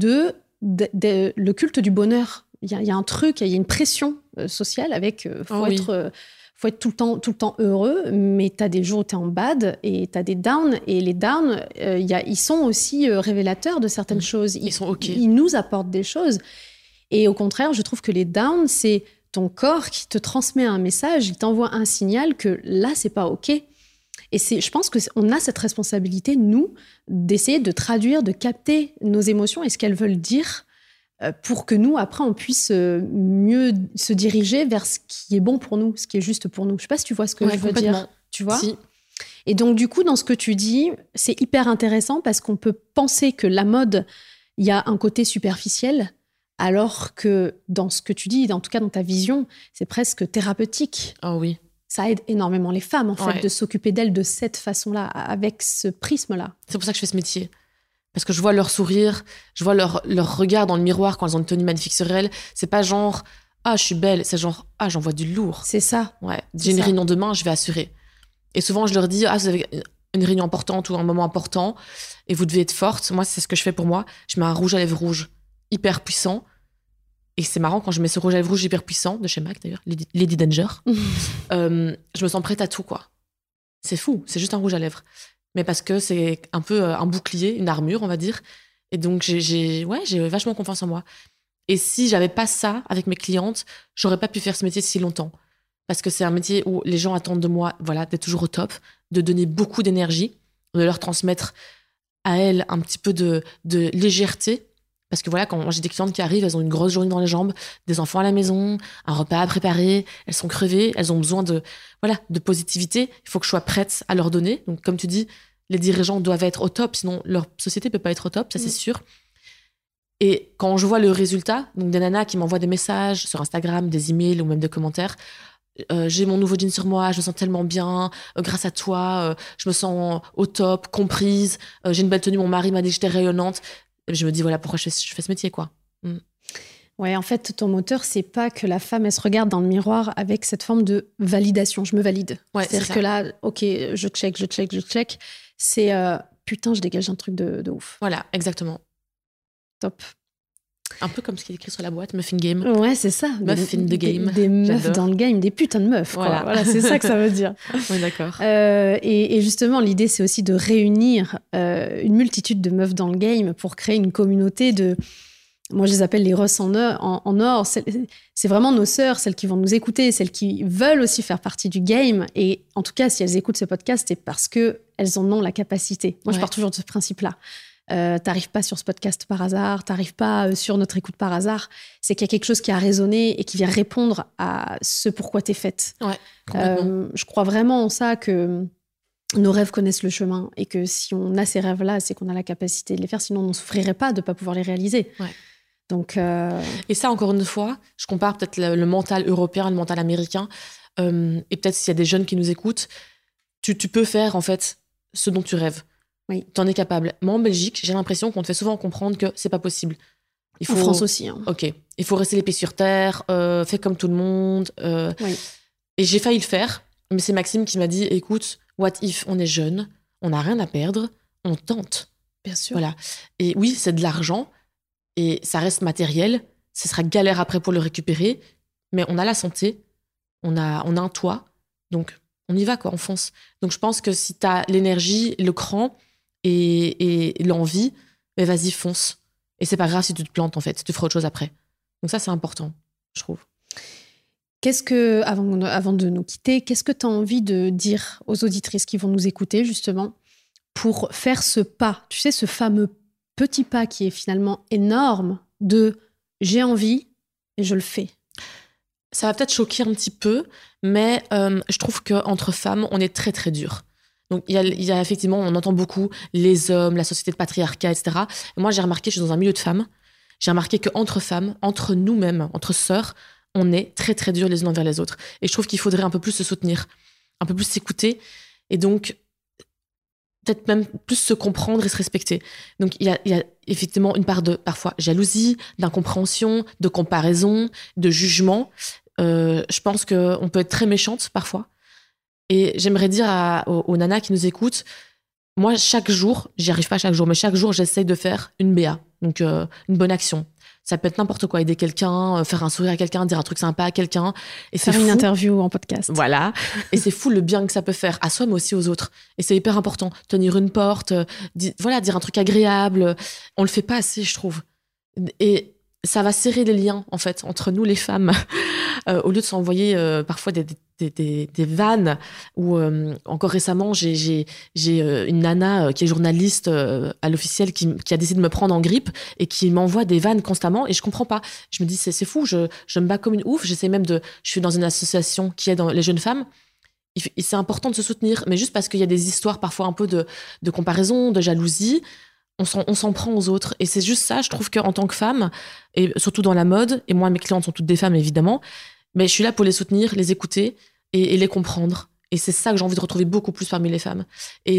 le culte du bonheur. Il y a un truc, il y a une pression sociale avec faut être tout le temps heureux, mais tu as des jours où tu es en bad et tu as des downs. Et les downs, ils sont aussi révélateurs de certaines choses. Ils sont OK. Ils nous apportent des choses. Et au contraire, je trouve que les downs, c'est ton corps qui te transmet un message, il t'envoie un signal que là, c'est pas OK. Et je pense qu'on a cette responsabilité, nous, d'essayer de traduire, de capter nos émotions et ce qu'elles veulent dire pour que nous, après, on puisse mieux se diriger vers ce qui est bon pour nous, ce qui est juste pour nous. Je ne sais pas si tu vois ce que je veux dire. Tu vois ? Si. Et donc, du coup, dans ce que tu dis, c'est hyper intéressant parce qu'on peut penser que la mode, il y a un côté superficiel, alors que dans ce que tu dis, en tout cas dans ta vision, c'est presque thérapeutique. Oh oui. Ça aide énormément les femmes, en fait, de s'occuper d'elles de cette façon-là, avec ce prisme-là. C'est pour ça que je fais ce métier. Parce que je vois leur sourire, je vois leur regard dans le miroir quand elles ont une tenue magnifique sur elles. C'est pas genre « Ah, je suis belle », c'est genre « Ah, j'envoie du lourd ». C'est ça. Ouais. J'ai une réunion demain, je vais assurer. Et souvent, je leur dis « Ah, vous avez une réunion importante ou un moment important et vous devez être forte ». Moi, c'est ce que je fais pour moi. Je mets un rouge à lèvres rouge hyper puissant. Et c'est marrant, quand je mets ce rouge à lèvres rouge hyper puissant, de chez MAC d'ailleurs, Lady Danger, je me sens prête à tout, quoi. C'est fou, c'est juste un rouge à lèvres. Mais parce que c'est un peu un bouclier, une armure, on va dire. Et donc, j'ai vachement confiance en moi. Et si j'avais pas ça avec mes clientes, j'aurais pas pu faire ce métier si longtemps. Parce que c'est un métier où les gens attendent de moi, d'être toujours au top, de donner beaucoup d'énergie, de leur transmettre à elles un petit peu de légèreté. Parce que quand j'ai des clientes qui arrivent, elles ont une grosse journée dans les jambes, des enfants à la maison, un repas à préparer, elles sont crevées, elles ont besoin de positivité. Il faut que je sois prête à leur donner. Donc, comme tu dis, Les dirigeants doivent être au top, sinon leur société peut pas être au top, ça c'est sûr. Et quand je vois le résultat, donc des nanas qui m'envoient des messages sur Instagram, des emails ou même des commentaires, j'ai mon nouveau jean sur moi, je me sens tellement bien, grâce à toi, je me sens au top, comprise, j'ai une belle tenue, mon mari m'a dit que j'étais rayonnante. Et je me dis, voilà pourquoi je fais ce métier, quoi. Ouais, en fait, ton moteur, c'est pas que la femme, elle se regarde dans le miroir avec cette forme de validation. Je me valide. Ouais, c'est-à-dire que là, ok, je check. C'est putain, je dégage un truc de ouf. Voilà, exactement. Top. Un peu comme ce qui est écrit sur la boîte, Muffin Game. Ouais, c'est ça. Muffin the game. Des meufs J'adore. dans le game, des putains de meufs. Quoi. Voilà, c'est ça que ça veut dire. Oui, d'accord. Et justement, l'idée, c'est aussi de réunir une multitude de meufs dans le game pour créer une communauté de... Moi, je les appelle les Russes en or. C'est vraiment nos sœurs, celles qui vont nous écouter, celles qui veulent aussi faire partie du game. Et en tout cas, si elles écoutent ce podcast, c'est parce qu'elles en ont la capacité. Moi, je pars toujours de ce principe-là. T'arrives pas sur ce podcast par hasard, t'arrives pas sur notre écoute par hasard. C'est qu'il y a quelque chose qui a résonné et qui vient répondre à ce pourquoi t'es faite. Ouais, complètement. Je crois vraiment en ça que nos rêves connaissent le chemin et que si on a ces rêves-là, c'est qu'on a la capacité de les faire. Sinon, on ne souffrirait pas de ne pas pouvoir les réaliser. Ouais. Donc, Et ça, encore une fois, je compare peut-être le mental européen, le mental américain. Et peut-être s'il y a des jeunes qui nous écoutent, tu peux faire en fait ce dont tu rêves. Oui. T'en es capable. Moi, en Belgique, j'ai l'impression qu'on te fait souvent comprendre que c'est pas possible. En France aussi. Hein. Ok. Il faut rester les pieds sur terre, fais comme tout le monde. Oui. Et j'ai failli le faire, mais c'est Maxime qui m'a dit, écoute, what if on est jeune, on n'a rien à perdre, on tente. Bien sûr. Voilà. Et oui, c'est de l'argent, et ça reste matériel, ce sera galère après pour le récupérer, mais on a la santé, on a un toit, donc on y va, quoi, on fonce. Donc je pense que si t'as l'énergie, le cran et l'envie, mais vas-y, fonce. Et c'est pas grave si tu te plantes, en fait, tu feras autre chose après. Donc ça, c'est important, je trouve. Avant de nous quitter, qu'est-ce que tu as envie de dire aux auditrices qui vont nous écouter, justement, pour faire ce pas, tu sais, ce fameux petit pas qui est finalement énorme de j'ai envie et je le fais. Ça va peut-être choquer un petit peu, mais je trouve qu'entre femmes, on est très, très dur. Donc, il y a effectivement, on entend beaucoup les hommes, la société de patriarcat, etc. Et moi, j'ai remarqué, je suis dans un milieu de femmes, j'ai remarqué qu'entre femmes, entre nous-mêmes, entre sœurs, on est très, très durs les unes envers les autres. Et je trouve qu'il faudrait un peu plus se soutenir, un peu plus s'écouter, et donc peut-être même plus se comprendre et se respecter. Donc, il y a effectivement une part de, parfois, jalousie, d'incompréhension, de comparaison, de jugement. Je pense qu'on peut être très méchante parfois. Et j'aimerais dire aux nanas qui nous écoutent, moi, chaque jour, j'y arrive pas chaque jour, mais chaque jour, j'essaye de faire une BA, donc une bonne action. Ça peut être n'importe quoi, aider quelqu'un, faire un sourire à quelqu'un, dire un truc sympa à quelqu'un. Et faire une interview en podcast. Voilà. Et c'est fou le bien que ça peut faire à soi, mais aussi aux autres. Et c'est hyper important. Tenir une porte, dire un truc agréable. On le fait pas assez, je trouve. Et ça va serrer les liens, en fait, entre nous, les femmes. Au lieu de s'envoyer parfois des vannes, ou encore récemment, j'ai une nana qui est journaliste à l'officiel qui a décidé de me prendre en grippe et qui m'envoie des vannes constamment et je comprends pas. Je me dis, c'est fou, je me bats comme une ouf. Je suis dans une association qui aide les jeunes femmes. C'est important de se soutenir, mais juste parce qu'il y a des histoires parfois un peu de comparaison, de jalousie, on s'en prend aux autres. Et c'est juste ça, je trouve qu'en tant que femme, et surtout dans la mode, et moi, mes clientes sont toutes des femmes, évidemment, mais je suis là pour les soutenir, les écouter et les comprendre. Et c'est ça que j'ai envie de retrouver beaucoup plus parmi les femmes. Et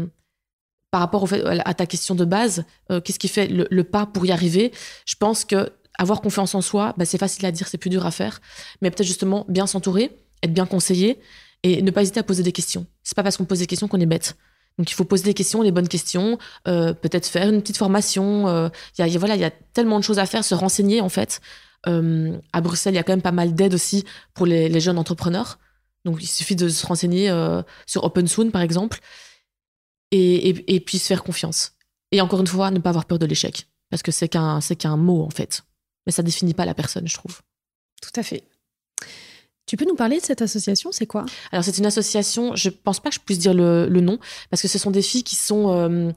par rapport à ta question de base, qu'est-ce qui fait le pas pour y arriver? Je pense que avoir confiance en soi, c'est facile à dire, c'est plus dur à faire. Mais peut-être justement bien s'entourer, être bien conseillé et ne pas hésiter à poser des questions. C'est pas parce qu'on pose des questions qu'on est bête. Donc, il faut poser des questions, les bonnes questions, peut-être faire une petite formation. Il y a tellement de choses à faire, se renseigner, en fait. À Bruxelles, il y a quand même pas mal d'aide aussi pour les jeunes entrepreneurs. Donc, il suffit de se renseigner sur OpenSoon, par exemple, et puis se faire confiance. Et encore une fois, ne pas avoir peur de l'échec, parce que c'est qu'un mot, en fait. Mais ça définit pas la personne, je trouve. Tout à fait. Tu peux nous parler de cette association, c'est quoi? Alors, c'est une association, je pense pas que je puisse dire le nom, parce que ce sont des filles qui sont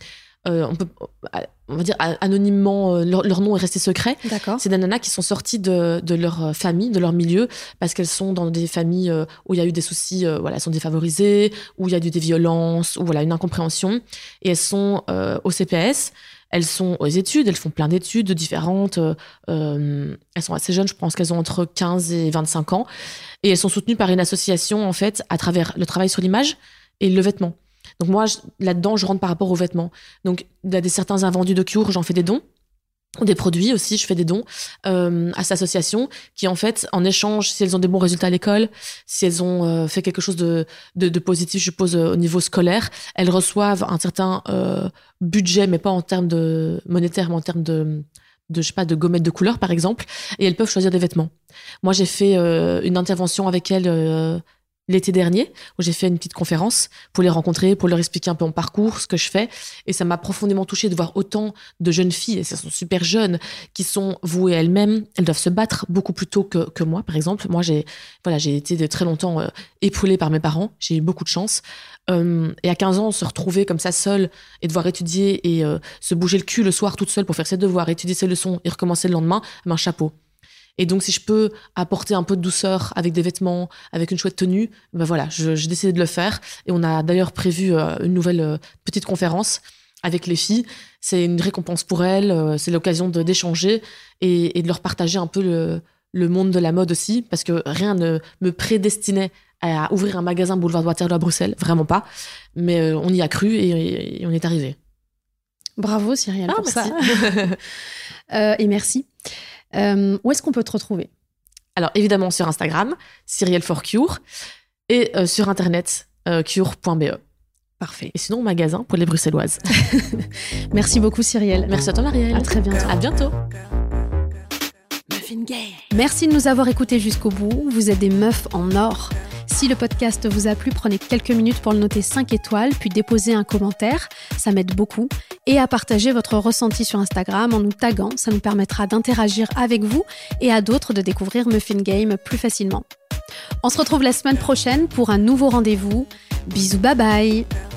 on va dire anonymement, leur nom est resté secret. D'accord. C'est des nanas qui sont sorties de leur famille, de leur milieu, parce qu'elles sont dans des familles où il y a eu des soucis, elles sont défavorisées, où il y a eu des violences, où une incompréhension. Et elles sont au CPS, elles sont aux études, elles font plein d'études différentes. Elles sont assez jeunes, je pense qu'elles ont entre 15 et 25 ans. Et elles sont soutenues par une association, en fait, à travers le travail sur l'image et le vêtement. Donc moi, là-dedans, je rentre par rapport aux vêtements. Donc, il y a certains invendus de Cure, j'en fais des dons. Des produits aussi, je fais des dons à cette association qui, en fait, en échange, si elles ont des bons résultats à l'école, si elles ont fait quelque chose de positif, je suppose, au niveau scolaire, elles reçoivent un certain budget, mais pas en termes de monétaire, mais en termes de gommettes de couleur, par exemple, et elles peuvent choisir des vêtements. Moi, j'ai fait une intervention avec elles l'été dernier, où j'ai fait une petite conférence pour les rencontrer, pour leur expliquer un peu mon parcours, ce que je fais. Et ça m'a profondément touchée de voir autant de jeunes filles, et elles sont super jeunes, qui sont vouées à elles-mêmes. Elles doivent se battre beaucoup plus tôt que moi, par exemple. Moi, j'ai été de très longtemps épaulée par mes parents. J'ai eu beaucoup de chance. Et à 15 ans, se retrouver comme ça seule et devoir étudier et se bouger le cul le soir toute seule pour faire ses devoirs, étudier ses leçons et recommencer le lendemain, un chapeau. Et donc, si je peux apporter un peu de douceur avec des vêtements, avec une chouette tenue, j'ai décidé de le faire. Et on a d'ailleurs prévu une nouvelle petite conférence avec les filles. C'est une récompense pour elles, c'est l'occasion d'échanger et de leur partager un peu le monde de la mode aussi, parce que rien ne me prédestinait à ouvrir un magasin boulevard de Waterloo à Bruxelles, vraiment pas. Mais on y a cru et on y est arrivé. Bravo Cyrielle pour merci. Ça. Et merci. Où est-ce qu'on peut te retrouver ? Alors, évidemment, sur Instagram, Cyrielle for Cure, et sur Internet, cure.be. Parfait. Et sinon, au magasin pour les Bruxelloises. Merci beaucoup, Cyrielle. Merci à toi, Marielle. À très bientôt. À bientôt. Merci de nous avoir écoutés jusqu'au bout. Vous êtes des meufs en or. Si le podcast vous a plu, prenez quelques minutes pour le noter 5 étoiles, puis déposer un commentaire. Ça m'aide beaucoup. Et à partager votre ressenti sur Instagram en nous taguant. Ça nous permettra d'interagir avec vous et à d'autres de découvrir Muffin Game plus facilement. On se retrouve la semaine prochaine pour un nouveau rendez-vous. Bisous, bye bye.